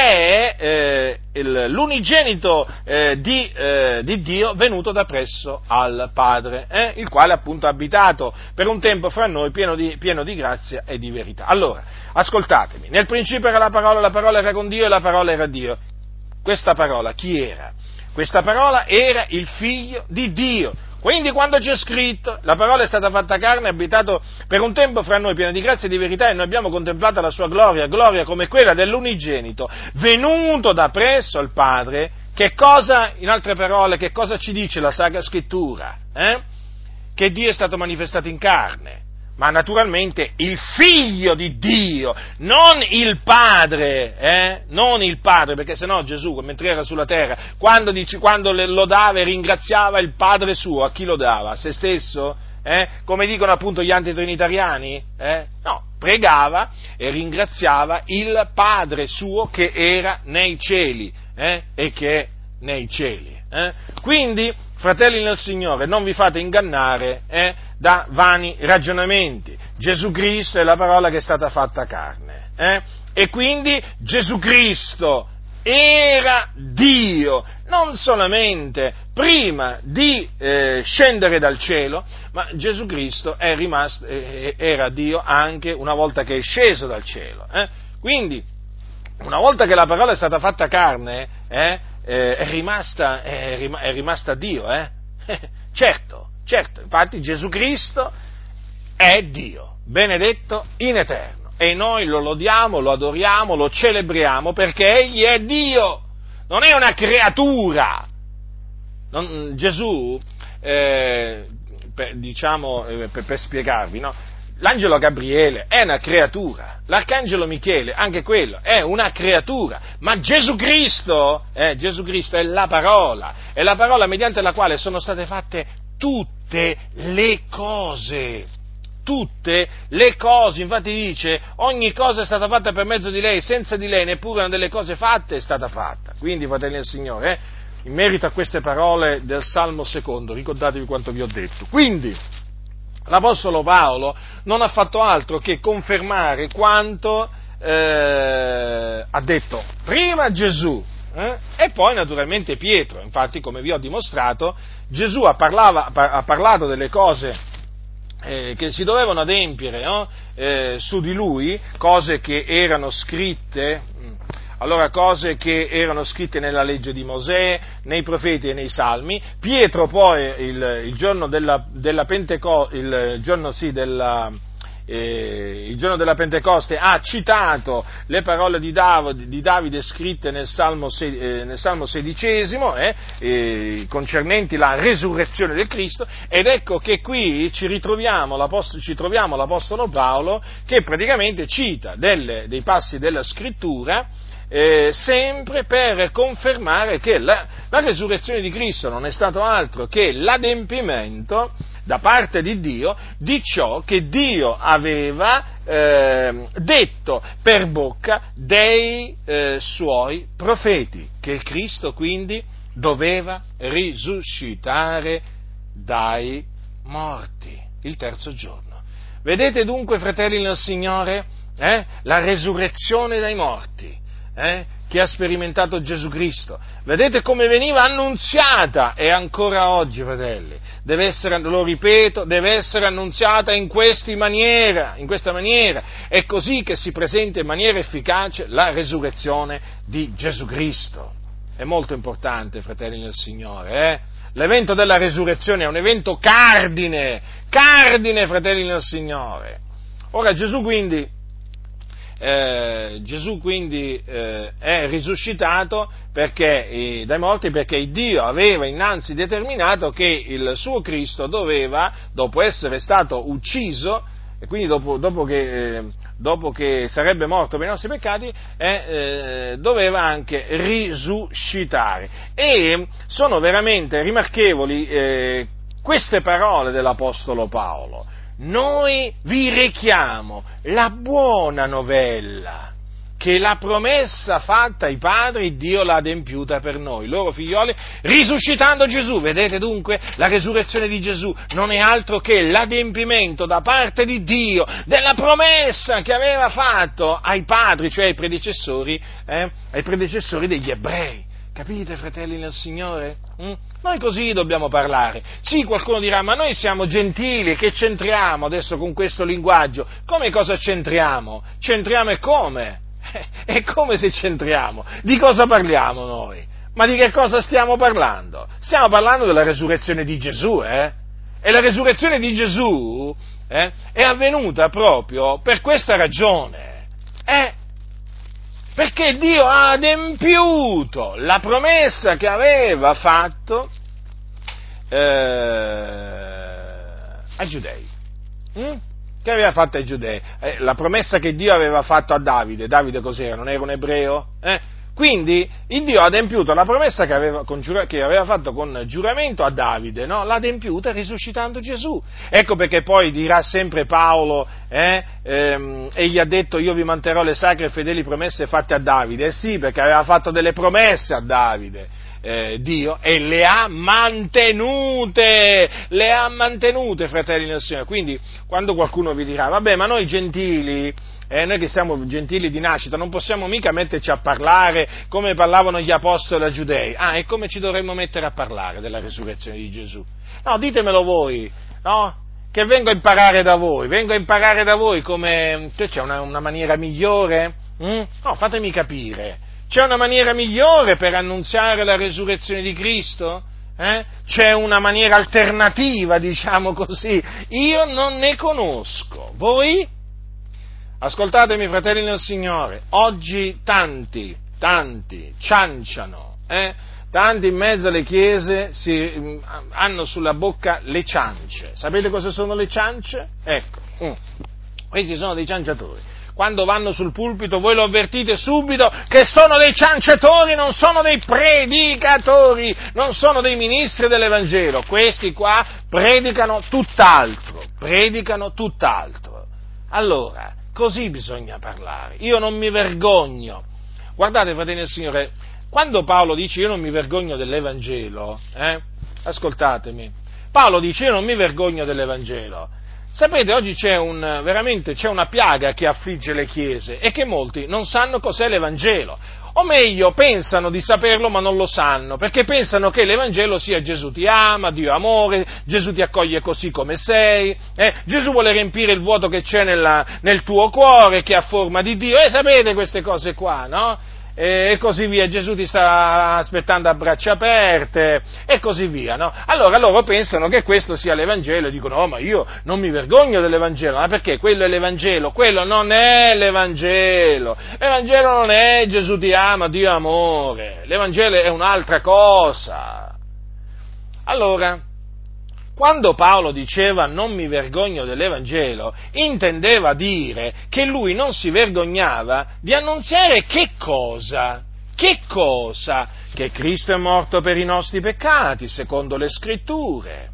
è eh, il, l'unigenito eh, di, eh, di Dio venuto da presso al Padre, eh, il quale appunto ha abitato per un tempo fra noi pieno di, pieno di grazia e di verità. Allora, ascoltatemi, nel principio era la parola, la parola era con Dio e la parola era Dio. Questa parola chi era? Questa parola era il Figlio di Dio. Quindi quando c'è scritto, la parola è stata fatta carne, ha abitato per un tempo fra noi, piena di grazia e di verità, e noi abbiamo contemplato la sua gloria, gloria come quella dell'unigenito, venuto da presso al Padre. Che cosa, in altre parole, che cosa ci dice la Sacra Scrittura? Eh? Che Dio è stato manifestato in carne, ma naturalmente il Figlio di Dio, non il Padre, eh? non il Padre, perché sennò Gesù, mentre era sulla terra, quando, dice, quando lodava e ringraziava il Padre suo, a chi lo dava? A se stesso? Eh? Come dicono appunto gli antitrinitariani? Eh? No, pregava e ringraziava il Padre suo che era nei cieli, eh? e che è nei cieli. Eh? Quindi, fratelli nel Signore, non vi fate ingannare eh, da vani ragionamenti. Gesù Cristo è la parola che è stata fatta carne. Eh? E quindi Gesù Cristo era Dio, non solamente prima di eh, scendere dal cielo, ma Gesù Cristo è rimasto, eh, era Dio anche una volta che è sceso dal cielo. Eh? Quindi, una volta che la parola è stata fatta carne, eh, Eh, è rimasta, è, rim- è rimasta Dio, eh? certo, certo, infatti Gesù Cristo è Dio, benedetto in eterno, e noi lo lodiamo, lo adoriamo, lo celebriamo perché Egli è Dio, non è una creatura. Non, Gesù, eh, per, diciamo, eh, per, per spiegarvi, no? L'angelo Gabriele è una creatura, l'arcangelo Michele, anche quello, è una creatura, ma Gesù Cristo, eh, Gesù Cristo è la parola, è la parola mediante la quale sono state fatte tutte le cose, tutte le cose, infatti dice, ogni cosa è stata fatta per mezzo di lei, senza di lei neppure una delle cose fatte è stata fatta. Quindi, fratelli del Signore, eh, in merito a queste parole del Salmo secondo, ricordatevi quanto vi ho detto. Quindi, l'Apostolo Paolo non ha fatto altro che confermare quanto eh, ha detto prima Gesù eh, e poi naturalmente Pietro. Infatti, come vi ho dimostrato, Gesù ha, parlava, ha parlato delle cose eh, che si dovevano adempiere no? eh, su di lui, cose che erano scritte. Allora, cose che erano scritte nella legge di Mosè, nei profeti e nei salmi. Pietro poi, il, il giorno della, della Pentecoste, il giorno sì, della, eh, il giorno della Pentecoste, ha citato le parole di Davide, di Davide scritte nel Salmo, eh, nel Salmo sedicesimo, eh, eh, concernenti la resurrezione del Cristo, ed ecco che qui ci ritroviamo l'apostolo, ci troviamo l'Apostolo Paolo che praticamente cita delle, dei passi della Scrittura, Eh, sempre per confermare che la, la resurrezione di Cristo non è stato altro che l'adempimento da parte di Dio di ciò che Dio aveva eh, detto per bocca dei eh, suoi profeti, che il Cristo quindi doveva risuscitare dai morti il terzo giorno. Vedete dunque, fratelli nel Signore, eh, la resurrezione dai morti Eh, che ha sperimentato Gesù Cristo. Vedete come veniva annunziata, e ancora oggi, fratelli, deve essere, lo ripeto, deve essere annunziata in questa maniera, in questa maniera, è così che si presenta in maniera efficace la resurrezione di Gesù Cristo. È molto importante, fratelli nel Signore, eh? L'evento della resurrezione è un evento cardine, cardine, fratelli nel Signore. Ora Gesù quindi Eh, Gesù quindi eh, è risuscitato perché, eh, dai morti, perché Dio aveva innanzi determinato che il suo Cristo doveva, dopo essere stato ucciso, e quindi dopo, dopo, che, eh, dopo che sarebbe morto per i nostri peccati, eh, eh, doveva anche risuscitare. E sono veramente rimarchevoli eh, queste parole dell'Apostolo Paolo. Noi vi rechiamo la buona novella, che la promessa fatta ai padri Dio l'ha adempiuta per noi, loro figlioli, risuscitando Gesù. Vedete dunque, la resurrezione di Gesù non è altro che l'adempimento da parte di Dio della promessa che aveva fatto ai padri, cioè ai predecessori, eh, ai predecessori degli ebrei. Capite, fratelli nel Signore? Mm? Noi così dobbiamo parlare. Sì, qualcuno dirà, ma noi siamo gentili, che c'entriamo adesso con questo linguaggio? Come cosa c'entriamo? C'entriamo e come? E come se c'entriamo? Di cosa parliamo noi? Ma di che cosa stiamo parlando? Stiamo parlando della resurrezione di Gesù, eh? E la resurrezione di Gesù eh, è avvenuta proprio per questa ragione. Eh? Perché Dio ha adempiuto la promessa che aveva fatto eh, ai Giudei. Mm? Che aveva fatto ai Giudei? Eh, la promessa che Dio aveva fatto a Davide. Davide cos'era? Non era un ebreo? Eh? Quindi il Dio ha adempiuto la promessa che aveva, con, che aveva fatto con giuramento a Davide, no? L'ha adempiuta risuscitando Gesù. Ecco perché poi dirà sempre Paolo, eh, ehm, egli ha detto: io vi manterrò le sacre e fedeli promesse fatte a Davide. Eh sì, perché aveva fatto delle promesse a Davide, eh, Dio, e le ha mantenute, le ha mantenute, fratelli nel Signore. Quindi quando qualcuno vi dirà, vabbè, ma noi gentili, Eh, noi che siamo gentili di nascita, non possiamo mica metterci a parlare come parlavano gli apostoli ai Giudei. Ah, e come ci dovremmo mettere a parlare della resurrezione di Gesù? No, ditemelo voi, no? Che vengo a imparare da voi, vengo a imparare da voi come... c'è una, una maniera migliore? Mm? No, fatemi capire. C'è una maniera migliore per annunziare la resurrezione di Cristo? Eh? C'è una maniera alternativa, diciamo così? Io non ne conosco. Voi? Ascoltatemi, fratelli nel Signore, oggi tanti, tanti cianciano, eh? Tanti in mezzo alle chiese si, hanno sulla bocca le ciance. Sapete cosa sono le ciance? Ecco, mm. questi sono dei cianciatori. Quando vanno sul pulpito voi lo avvertite subito che sono dei cianciatori, non sono dei predicatori, non sono dei ministri dell'Evangelo. Questi qua predicano tutt'altro, predicano tutt'altro. Allora, così bisogna parlare. Io non mi vergogno. Guardate, fratelli del Signore, quando Paolo dice io non mi vergogno dell'Evangelo, eh, ascoltatemi, Paolo dice io non mi vergogno dell'Evangelo, Sapete, oggi c'è un, veramente c'è una piaga che affligge le chiese e che molti non sanno cos'è l'Evangelo. O meglio, pensano di saperlo ma non lo sanno, perché pensano che l'Evangelo sia Gesù ti ama, Dio è amore, Gesù ti accoglie così come sei, eh? Gesù vuole riempire il vuoto che c'è nella, nel tuo cuore, che ha forma di Dio, e sapete queste cose qua, no? E così via, Gesù ti sta aspettando a braccia aperte, e così via, no? Allora loro pensano che questo sia l'Evangelo e dicono, oh ma io non mi vergogno dell'Evangelo, ma perché? Quello è l'Evangelo, quello non è l'Evangelo, l'Evangelo non è Gesù ti ama, Dio è amore, l'Evangelo è un'altra cosa. Allora, quando Paolo diceva non mi vergogno dell'Evangelo, intendeva dire che lui non si vergognava di annunziare che cosa? Che cosa? Che Cristo è morto per i nostri peccati, secondo le Scritture,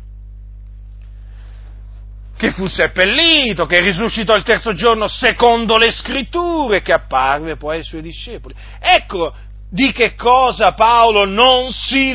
che fu seppellito, che risuscitò il terzo giorno, secondo le Scritture, che apparve poi ai suoi discepoli. Ecco di che cosa Paolo non si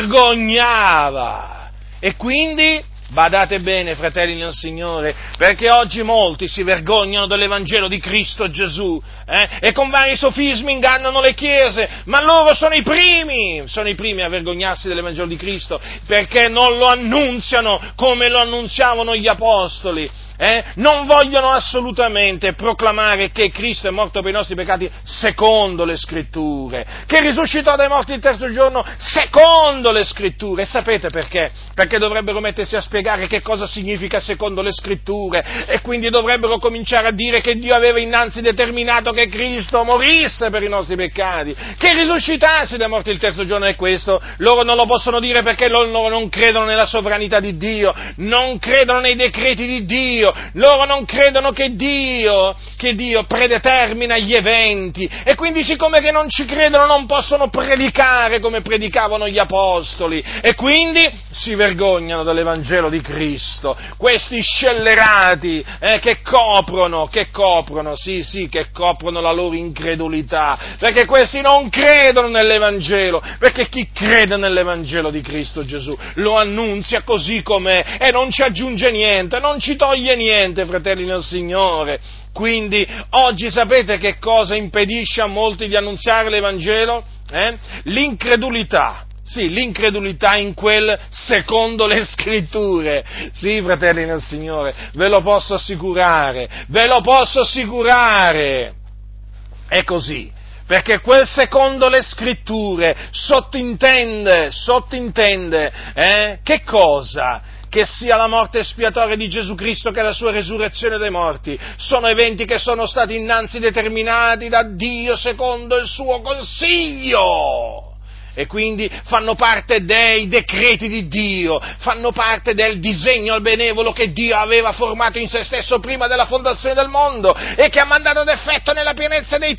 vergognava. E quindi, badate bene, fratelli nel Signore, perché oggi molti si vergognano dell'Evangelo di Cristo Gesù, eh? E con vari sofismi ingannano le chiese, ma loro sono i primi, sono i primi a vergognarsi dell'Evangelo di Cristo, perché non lo annunziano come lo annunziavano gli apostoli. Eh? Non vogliono assolutamente proclamare che Cristo è morto per i nostri peccati secondo le Scritture, che risuscitò dai morti il terzo giorno secondo le Scritture. E sapete perché? Perché dovrebbero mettersi a spiegare che cosa significa secondo le Scritture, e quindi dovrebbero cominciare a dire che Dio aveva innanzi determinato che Cristo morisse per i nostri peccati, che risuscitasse dai morti il terzo giorno, e questo loro non lo possono dire perché loro non credono nella sovranità di Dio, non credono nei decreti di Dio. Loro non credono che Dio, che Dio predetermina gli eventi, e quindi siccome che non ci credono non possono predicare come predicavano gli apostoli, e quindi si vergognano dell'Evangelo di Cristo. Questi scellerati eh, che coprono, che coprono, sì sì, che coprono la loro incredulità, perché questi non credono nell'Evangelo, perché chi crede nell'Evangelo di Cristo Gesù lo annunzia così com'è e non ci aggiunge niente, non ci toglie niente, fratelli nel Signore. Quindi oggi sapete che cosa impedisce a molti di annunziare l'Evangelo? Eh? L'incredulità. Sì, l'incredulità in quel secondo le Scritture. Sì, fratelli nel Signore, ve lo posso assicurare, ve lo posso assicurare. È così. Perché quel secondo le Scritture sottintende, sottintende, eh? Che cosa? Che sia la morte espiatoria di Gesù Cristo che la sua resurrezione dai morti sono eventi che sono stati innanzi determinati da Dio secondo il suo consiglio, e quindi fanno parte dei decreti di Dio, fanno parte del disegno benevolo che Dio aveva formato in se stesso prima della fondazione del mondo e che ha mandato ad effetto nella pienezza dei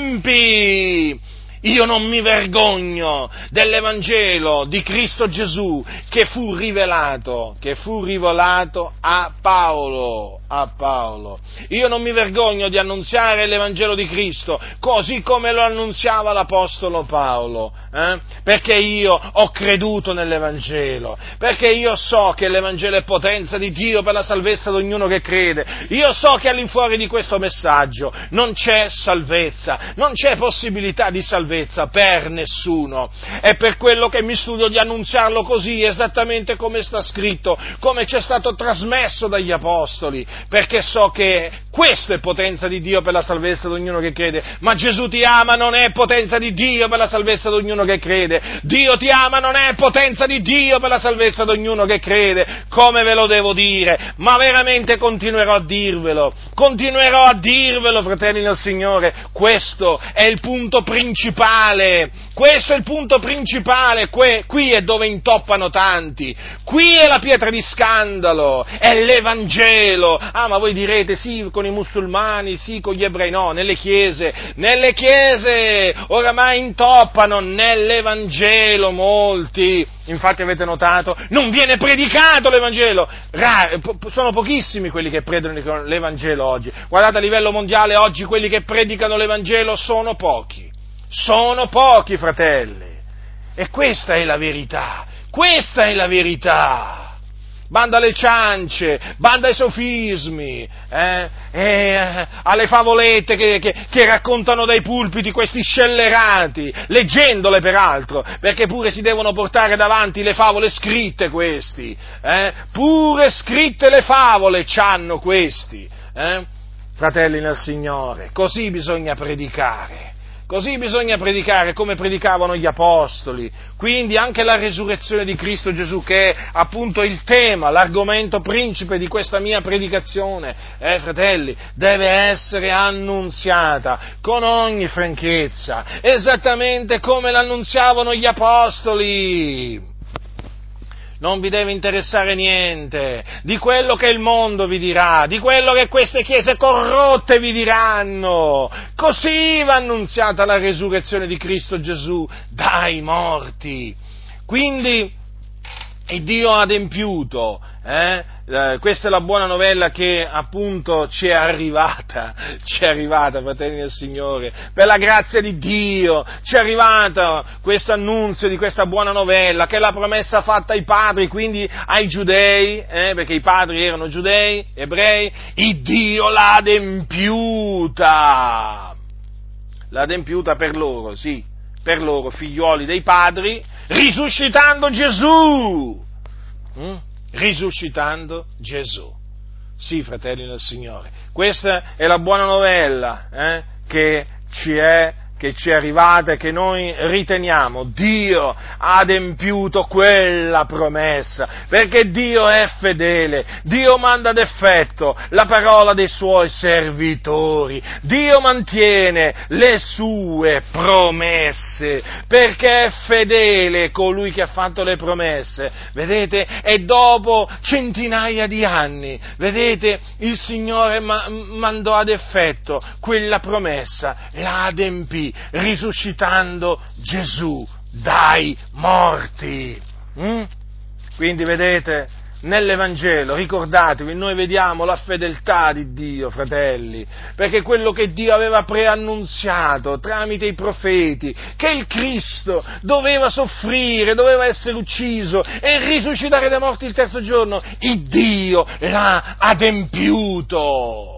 tempi. Io non mi vergogno dell'Evangelo di Cristo Gesù che fu rivelato, che fu rivelato a Paolo, a Paolo. Io non mi vergogno di annunziare l'Evangelo di Cristo così come lo annunziava l'Apostolo Paolo, eh? Perché io ho creduto nell'Evangelo, perché io so che l'Evangelo è potenza di Dio per la salvezza di ognuno che crede. Io so che all'infuori di questo messaggio non c'è salvezza, non c'è possibilità di salvezza per nessuno. È per quello che mi studio di annunziarlo così, esattamente come sta scritto, come ci è stato trasmesso dagli Apostoli, perché so che questo è potenza di Dio per la salvezza di ognuno che crede. Ma Gesù ti ama non è potenza di Dio per la salvezza di ognuno che crede. Dio ti ama non è potenza di Dio per la salvezza di ognuno che crede. Come ve lo devo dire? Ma veramente continuerò a dirvelo, continuerò a dirvelo, fratelli nel Signore. Questo è il punto principale. Questo è il punto principale, que- qui è dove intoppano tanti, qui è la pietra di scandalo, è l'Evangelo. Ah, ma voi direte, sì, con i musulmani, sì, con gli ebrei, no, nelle chiese, nelle chiese oramai intoppano nell'Evangelo molti. Infatti avete notato, non viene predicato l'Evangelo, Rari, po- sono pochissimi quelli che predicano l'Evangelo oggi. Guardate, a livello mondiale oggi quelli che predicano l'Evangelo sono pochi. Sono pochi, fratelli, e questa è la verità, questa è la verità. banda alle ciance, banda ai sofismi, eh, e alle favolette che, che, che raccontano dai pulpiti questi scellerati, leggendole peraltro, perché pure si devono portare davanti le favole scritte questi, eh, pure scritte le favole c'hanno questi, eh. Fratelli nel Signore, così bisogna predicare. Così bisogna predicare come predicavano gli apostoli, quindi anche la resurrezione di Cristo Gesù, che è appunto il tema, l'argomento principe di questa mia predicazione, eh, fratelli, deve essere annunziata con ogni franchezza, esattamente come l'annunziavano gli apostoli. Non vi deve interessare niente di quello che il mondo vi dirà, di quello che queste chiese corrotte vi diranno. Così va annunziata la resurrezione di Cristo Gesù dai morti. Quindi il Dio ha adempiuto, eh? Eh, questa è la buona novella che appunto ci è arrivata, ci è arrivata, fratelli del Signore, per la grazia di Dio, ci è arrivata questo annunzio di questa buona novella, che è la promessa fatta ai padri, quindi ai giudei, eh? Perché i padri erano giudei, ebrei, il Dio l'ha adempiuta, l'ha adempiuta per loro, sì, per loro, figliuoli dei padri, risuscitando Gesù, mm? risuscitando Gesù. Sì, fratelli del Signore, questa è la buona novella eh, che ci è che ci è arrivata e che noi riteniamo. Dio ha adempiuto quella promessa, perché Dio è fedele, Dio manda ad effetto la parola dei suoi servitori, Dio mantiene le sue promesse, perché è fedele colui che ha fatto le promesse, vedete, e dopo centinaia di anni, vedete, il Signore ma- mandò ad effetto quella promessa, la adempì, risuscitando Gesù dai morti. Mm? Quindi vedete, nell'Evangelo, ricordatevi, noi vediamo la fedeltà di Dio, fratelli, perché quello che Dio aveva preannunziato tramite i profeti, che il Cristo doveva soffrire, doveva essere ucciso e risuscitare dai morti il terzo giorno, il Dio l'ha adempiuto.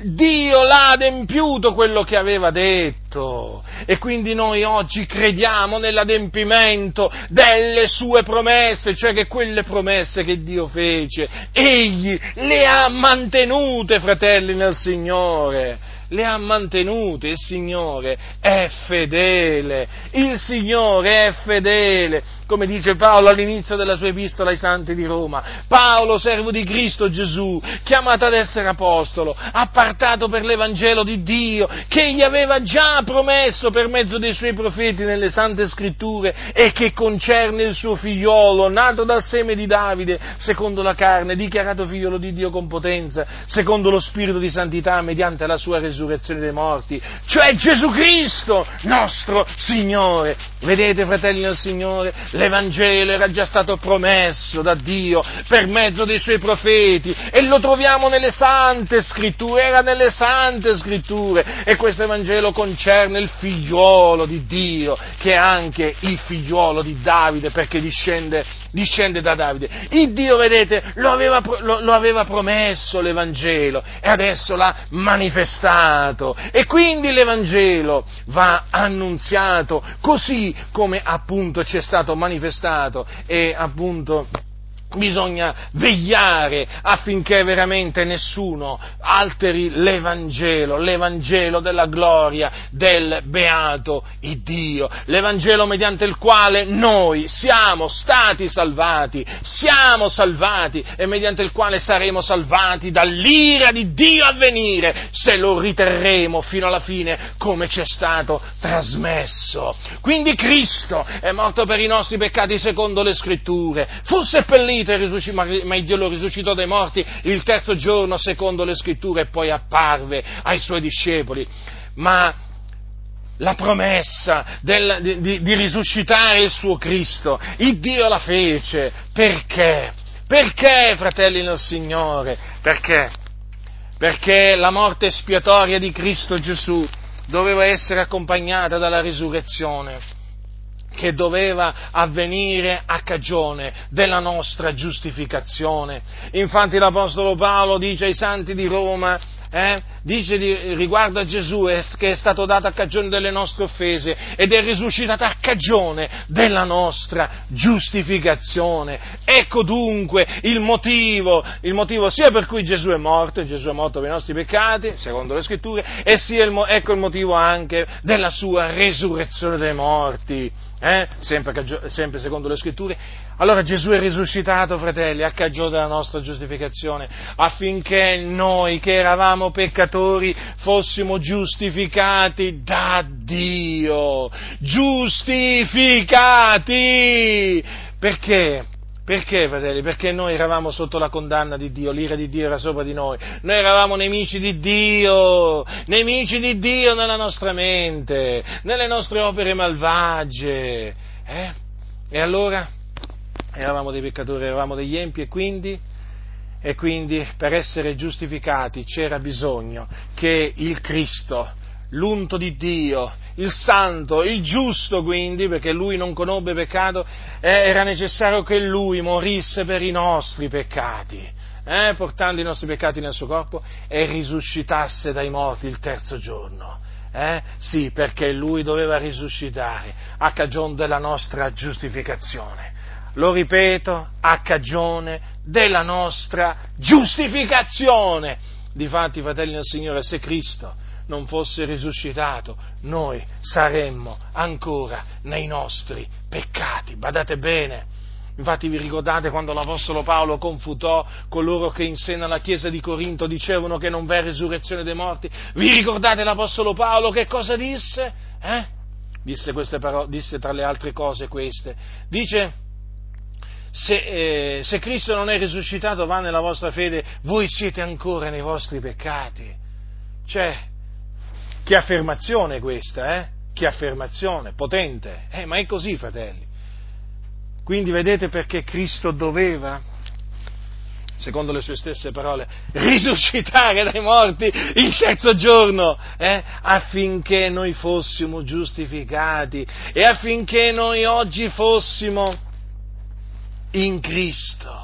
Dio l'ha adempiuto quello che aveva detto, e quindi noi oggi crediamo nell'adempimento delle sue promesse, cioè che quelle promesse che Dio fece, Egli le ha mantenute, fratelli nel Signore. Le ha mantenute, il Signore è fedele, il Signore è fedele, come dice Paolo all'inizio della sua epistola ai Santi di Roma. Paolo, servo di Cristo Gesù, chiamato ad essere apostolo, appartato per l'Evangelo di Dio, che gli aveva già promesso per mezzo dei suoi profeti nelle Sante Scritture, e che concerne il suo figliolo, nato dal seme di Davide, secondo la carne, dichiarato figliolo di Dio con potenza, secondo lo Spirito di santità, mediante la sua resurrezione dei morti, cioè Gesù Cristo, nostro Signore. Vedete, fratelli del Signore, l'Evangelo era già stato promesso da Dio per mezzo dei suoi profeti, e lo troviamo nelle Sante Scritture, era nelle Sante Scritture, e questo Evangelo concerne il figliuolo di Dio, che è anche il figliuolo di Davide, perché discende, discende da Davide. Il Dio, vedete, lo aveva, lo, lo aveva promesso l'Evangelo, e adesso l'ha manifestato. E quindi l'Evangelo va annunziato così come appunto ci è stato manifestato, e appunto bisogna vegliare affinché veramente nessuno alteri l'Evangelo, l'Evangelo della gloria del beato Iddio, l'Evangelo mediante il quale noi siamo stati salvati, siamo salvati, e mediante il quale saremo salvati dall'ira di Dio a venire, se lo riterremo fino alla fine come ci è stato trasmesso. Quindi Cristo è morto per i nostri peccati secondo le Scritture, fu seppellito, ma Dio lo risuscitò dai morti il terzo giorno secondo le Scritture, e poi apparve ai suoi discepoli. Ma la promessa del, di, di risuscitare il suo Cristo, il Dio la fece, perché? Perché, fratelli nel Signore? Perché? Perché la morte espiatoria di Cristo Gesù doveva essere accompagnata dalla risurrezione, che doveva avvenire a cagione della nostra giustificazione. Infatti l'Apostolo Paolo dice ai santi di Roma, Eh, dice di, riguardo a Gesù è, che è stato dato a cagione delle nostre offese ed è risuscitato a cagione della nostra giustificazione. Ecco dunque il motivo, il motivo sia per cui Gesù è morto, Gesù è morto per i nostri peccati, secondo le Scritture, e sia il, ecco il motivo anche della sua resurrezione dai morti. Eh? Sempre, sempre secondo le Scritture. Allora Gesù è risuscitato, fratelli, a cagione della nostra giustificazione, affinché noi che eravamo peccatori fossimo giustificati da Dio. Giustificati! Perché? Perché, fratelli? Perché noi eravamo sotto la condanna di Dio, l'ira di Dio era sopra di noi, noi eravamo nemici di Dio, nemici di Dio nella nostra mente, nelle nostre opere malvagie, eh? E allora eravamo dei peccatori, eravamo degli empi e quindi, e quindi per essere giustificati c'era bisogno che il Cristo, l'unto di Dio, il santo, il giusto quindi, perché lui non conobbe peccato, eh, era necessario che lui morisse per i nostri peccati, eh, portando i nostri peccati nel suo corpo e risuscitasse dai morti il terzo giorno. Eh? Sì, perché lui doveva risuscitare a cagione della nostra giustificazione. Lo ripeto, a cagione della nostra giustificazione. Difatti, fratelli del Signore, se Cristo non fosse risuscitato, noi saremmo ancora nei nostri peccati. Badate bene. Infatti vi ricordate quando l'Apostolo Paolo confutò coloro che in seno alla chiesa di Corinto dicevano che non v'è risurrezione dei morti? Vi ricordate l'Apostolo Paolo che cosa disse? Eh? Disse queste parole, disse tra le altre cose queste. Dice: Se, eh, se Cristo non è risuscitato, va nella vostra fede, voi siete ancora nei vostri peccati. Cioè, che affermazione questa, eh? Che affermazione, potente. Eh, ma è così, fratelli. Quindi vedete perché Cristo doveva, secondo le sue stesse parole, risuscitare dai morti il terzo giorno, eh? Affinché noi fossimo giustificati e affinché noi oggi fossimo in Cristo.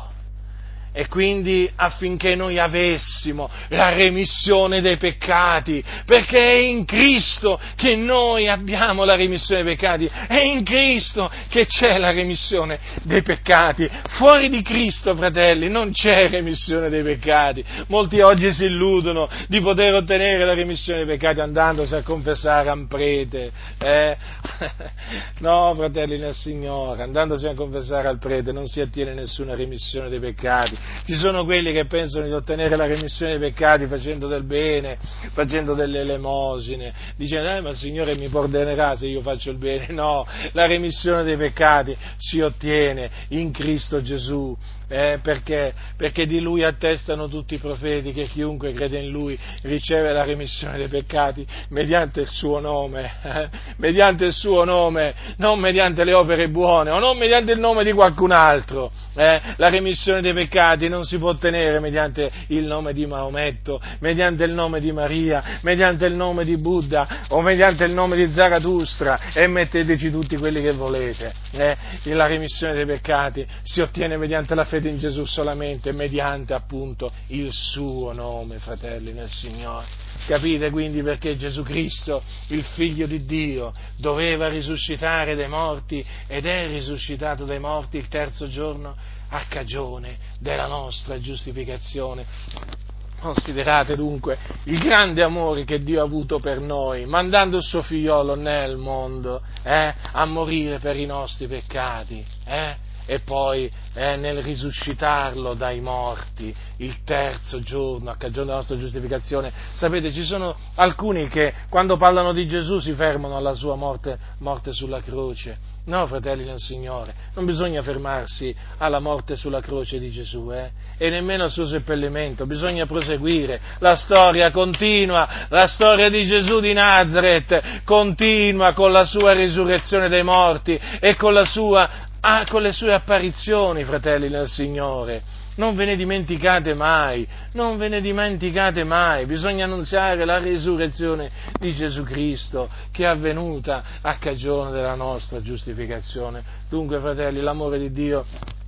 E quindi affinché noi avessimo la remissione dei peccati, perché è in Cristo che noi abbiamo la remissione dei peccati, è in Cristo che c'è la remissione dei peccati. Fuori di Cristo, fratelli, non c'è remissione dei peccati. Molti oggi si illudono di poter ottenere la remissione dei peccati andandosi a confessare a un prete. Eh? No, fratelli nel Signore, andandosi a confessare al prete non si ottiene nessuna remissione dei peccati. Ci sono quelli che pensano di ottenere la remissione dei peccati facendo del bene, facendo delle elemosine, dicendo eh, ma il Signore mi perdonerà se io faccio il bene. No, la remissione dei peccati si ottiene in Cristo Gesù, eh, perché? Perché di Lui attestano tutti i profeti che chiunque crede in Lui riceve la remissione dei peccati mediante il suo nome, eh, mediante il suo nome, non mediante le opere buone o non mediante il nome di qualcun altro. Eh, la remissione dei peccati non si può ottenere mediante il nome di Maometto, mediante il nome di Maria, mediante il nome di Buddha o mediante il nome di Zarathustra, e metteteci tutti quelli che volete. Eh, la remissione dei peccati si ottiene mediante la fede in Gesù solamente, mediante appunto il suo nome, fratelli nel Signore. Capite quindi perché Gesù Cristo, il Figlio di Dio, doveva risuscitare dai morti ed è risuscitato dai morti il terzo giorno a cagione della nostra giustificazione. Considerate dunque il grande amore che Dio ha avuto per noi, mandando il suo figliolo nel mondo eh, a morire per i nostri peccati, eh, e poi eh, nel risuscitarlo dai morti il terzo giorno a cagione della nostra giustificazione. Sapete, ci sono alcuni che quando parlano di Gesù si fermano alla sua morte, morte sulla croce. No, fratelli nel Signore, non bisogna fermarsi alla morte sulla croce di Gesù, eh? E nemmeno al suo seppellimento, bisogna proseguire, la storia continua, la storia di Gesù di Nazaret continua con la sua risurrezione dai morti e con la sua, ah, con le sue apparizioni, fratelli nel Signore. non ve ne dimenticate mai, non ve ne dimenticate mai, bisogna annunziare la risurrezione di Gesù Cristo che è avvenuta a cagione della nostra giustificazione. Dunque, fratelli, l'amore di Dio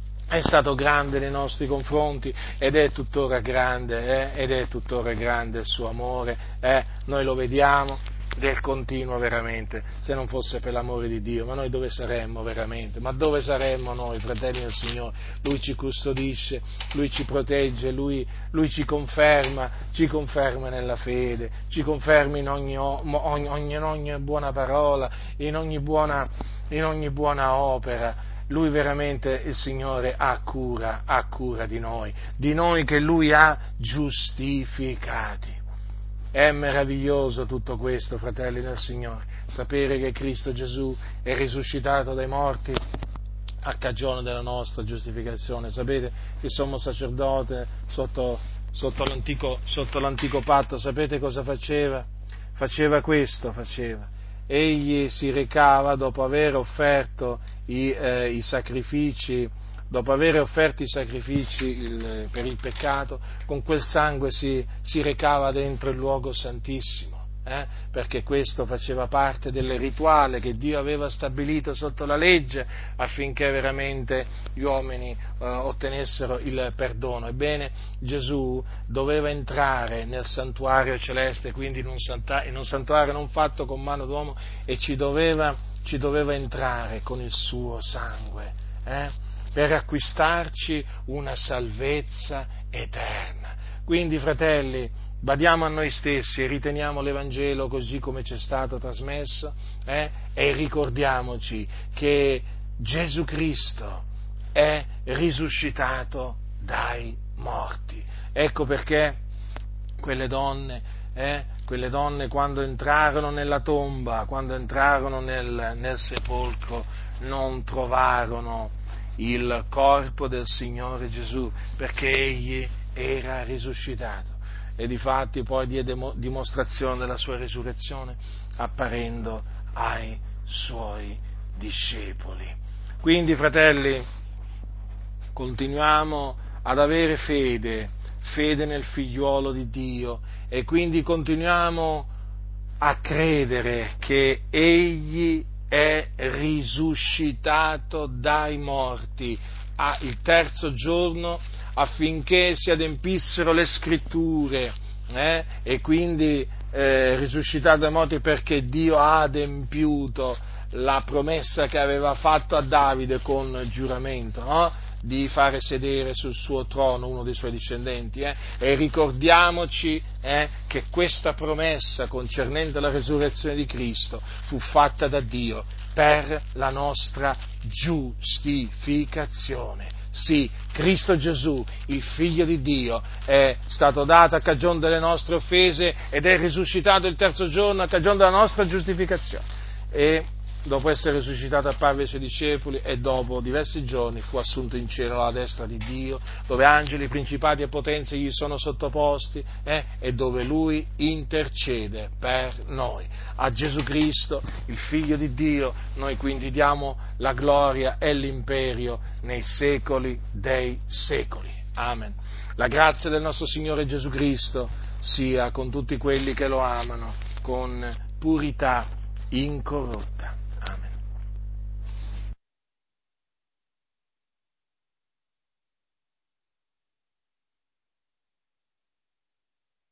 è stato grande nei nostri confronti ed è tuttora grande, eh? ed è tuttora grande il suo amore, eh? Noi lo vediamo del continuo veramente, se non fosse per l'amore di Dio, ma noi dove saremmo veramente? Ma dove saremmo noi, fratelli del Signore? Lui ci custodisce, Lui ci protegge, Lui, Lui ci conferma, ci conferma nella fede, ci conferma in ogni, ogni, in ogni buona parola, in ogni buona, in ogni buona opera. Lui veramente, il Signore, ha cura, ha cura di noi, di noi che Lui ha giustificati. È meraviglioso tutto questo, fratelli del Signore, sapere che Cristo Gesù è risuscitato dai morti a cagione della nostra giustificazione. Sapete, il sommo sacerdote sotto, sotto, l'antico, sotto l'antico patto, sapete cosa faceva? Faceva questo, faceva. Egli si recava dopo aver offerto i, eh, i sacrifici, dopo aver offerto i sacrifici il, per il peccato, con quel sangue si, si recava dentro il luogo santissimo, eh, perché questo faceva parte del rituale che Dio aveva stabilito sotto la legge affinché veramente gli uomini eh, ottenessero il perdono. Ebbene, Gesù doveva entrare nel santuario celeste, quindi in un, santa, in un santuario non fatto con mano d'uomo, e ci doveva, ci doveva entrare con il suo sangue, eh, per acquistarci una salvezza eterna. Quindi, fratelli, badiamo a noi stessi e riteniamo l'Evangelo così come ci è stato trasmesso, eh, e ricordiamoci che Gesù Cristo è risuscitato dai morti. Ecco perché quelle donne, eh, quelle donne quando entrarono nella tomba, quando entrarono nel, nel sepolcro, non trovarono il corpo del Signore Gesù, perché Egli era risuscitato. E difatti poi diede dimostrazione della sua risurrezione apparendo ai suoi discepoli. Quindi, fratelli, continuiamo ad avere fede, fede nel figliuolo di Dio, e quindi continuiamo a credere che Egli è risuscitato dai morti il terzo giorno, affinché si adempissero le scritture, eh? e quindi eh, risuscitato dai morti perché Dio ha adempiuto la promessa che aveva fatto a Davide con giuramento, no? Di fare sedere sul suo trono uno dei suoi discendenti, eh? E ricordiamoci eh, che questa promessa concernente la resurrezione di Cristo fu fatta da Dio per la nostra giustificazione. Sì, Cristo Gesù, il Figlio di Dio, è stato dato a cagione delle nostre offese ed è risuscitato il terzo giorno a cagione della nostra giustificazione. E dopo essere risuscitato apparve ai suoi discepoli e dopo diversi giorni fu assunto in cielo alla destra di Dio, dove angeli, principati e potenze gli sono sottoposti, eh, e dove Lui intercede per noi. A Gesù Cristo, il Figlio di Dio, noi quindi diamo la gloria e l'imperio nei secoli dei secoli. Amen. La grazia del nostro Signore Gesù Cristo sia con tutti quelli che lo amano con purità incorrotta.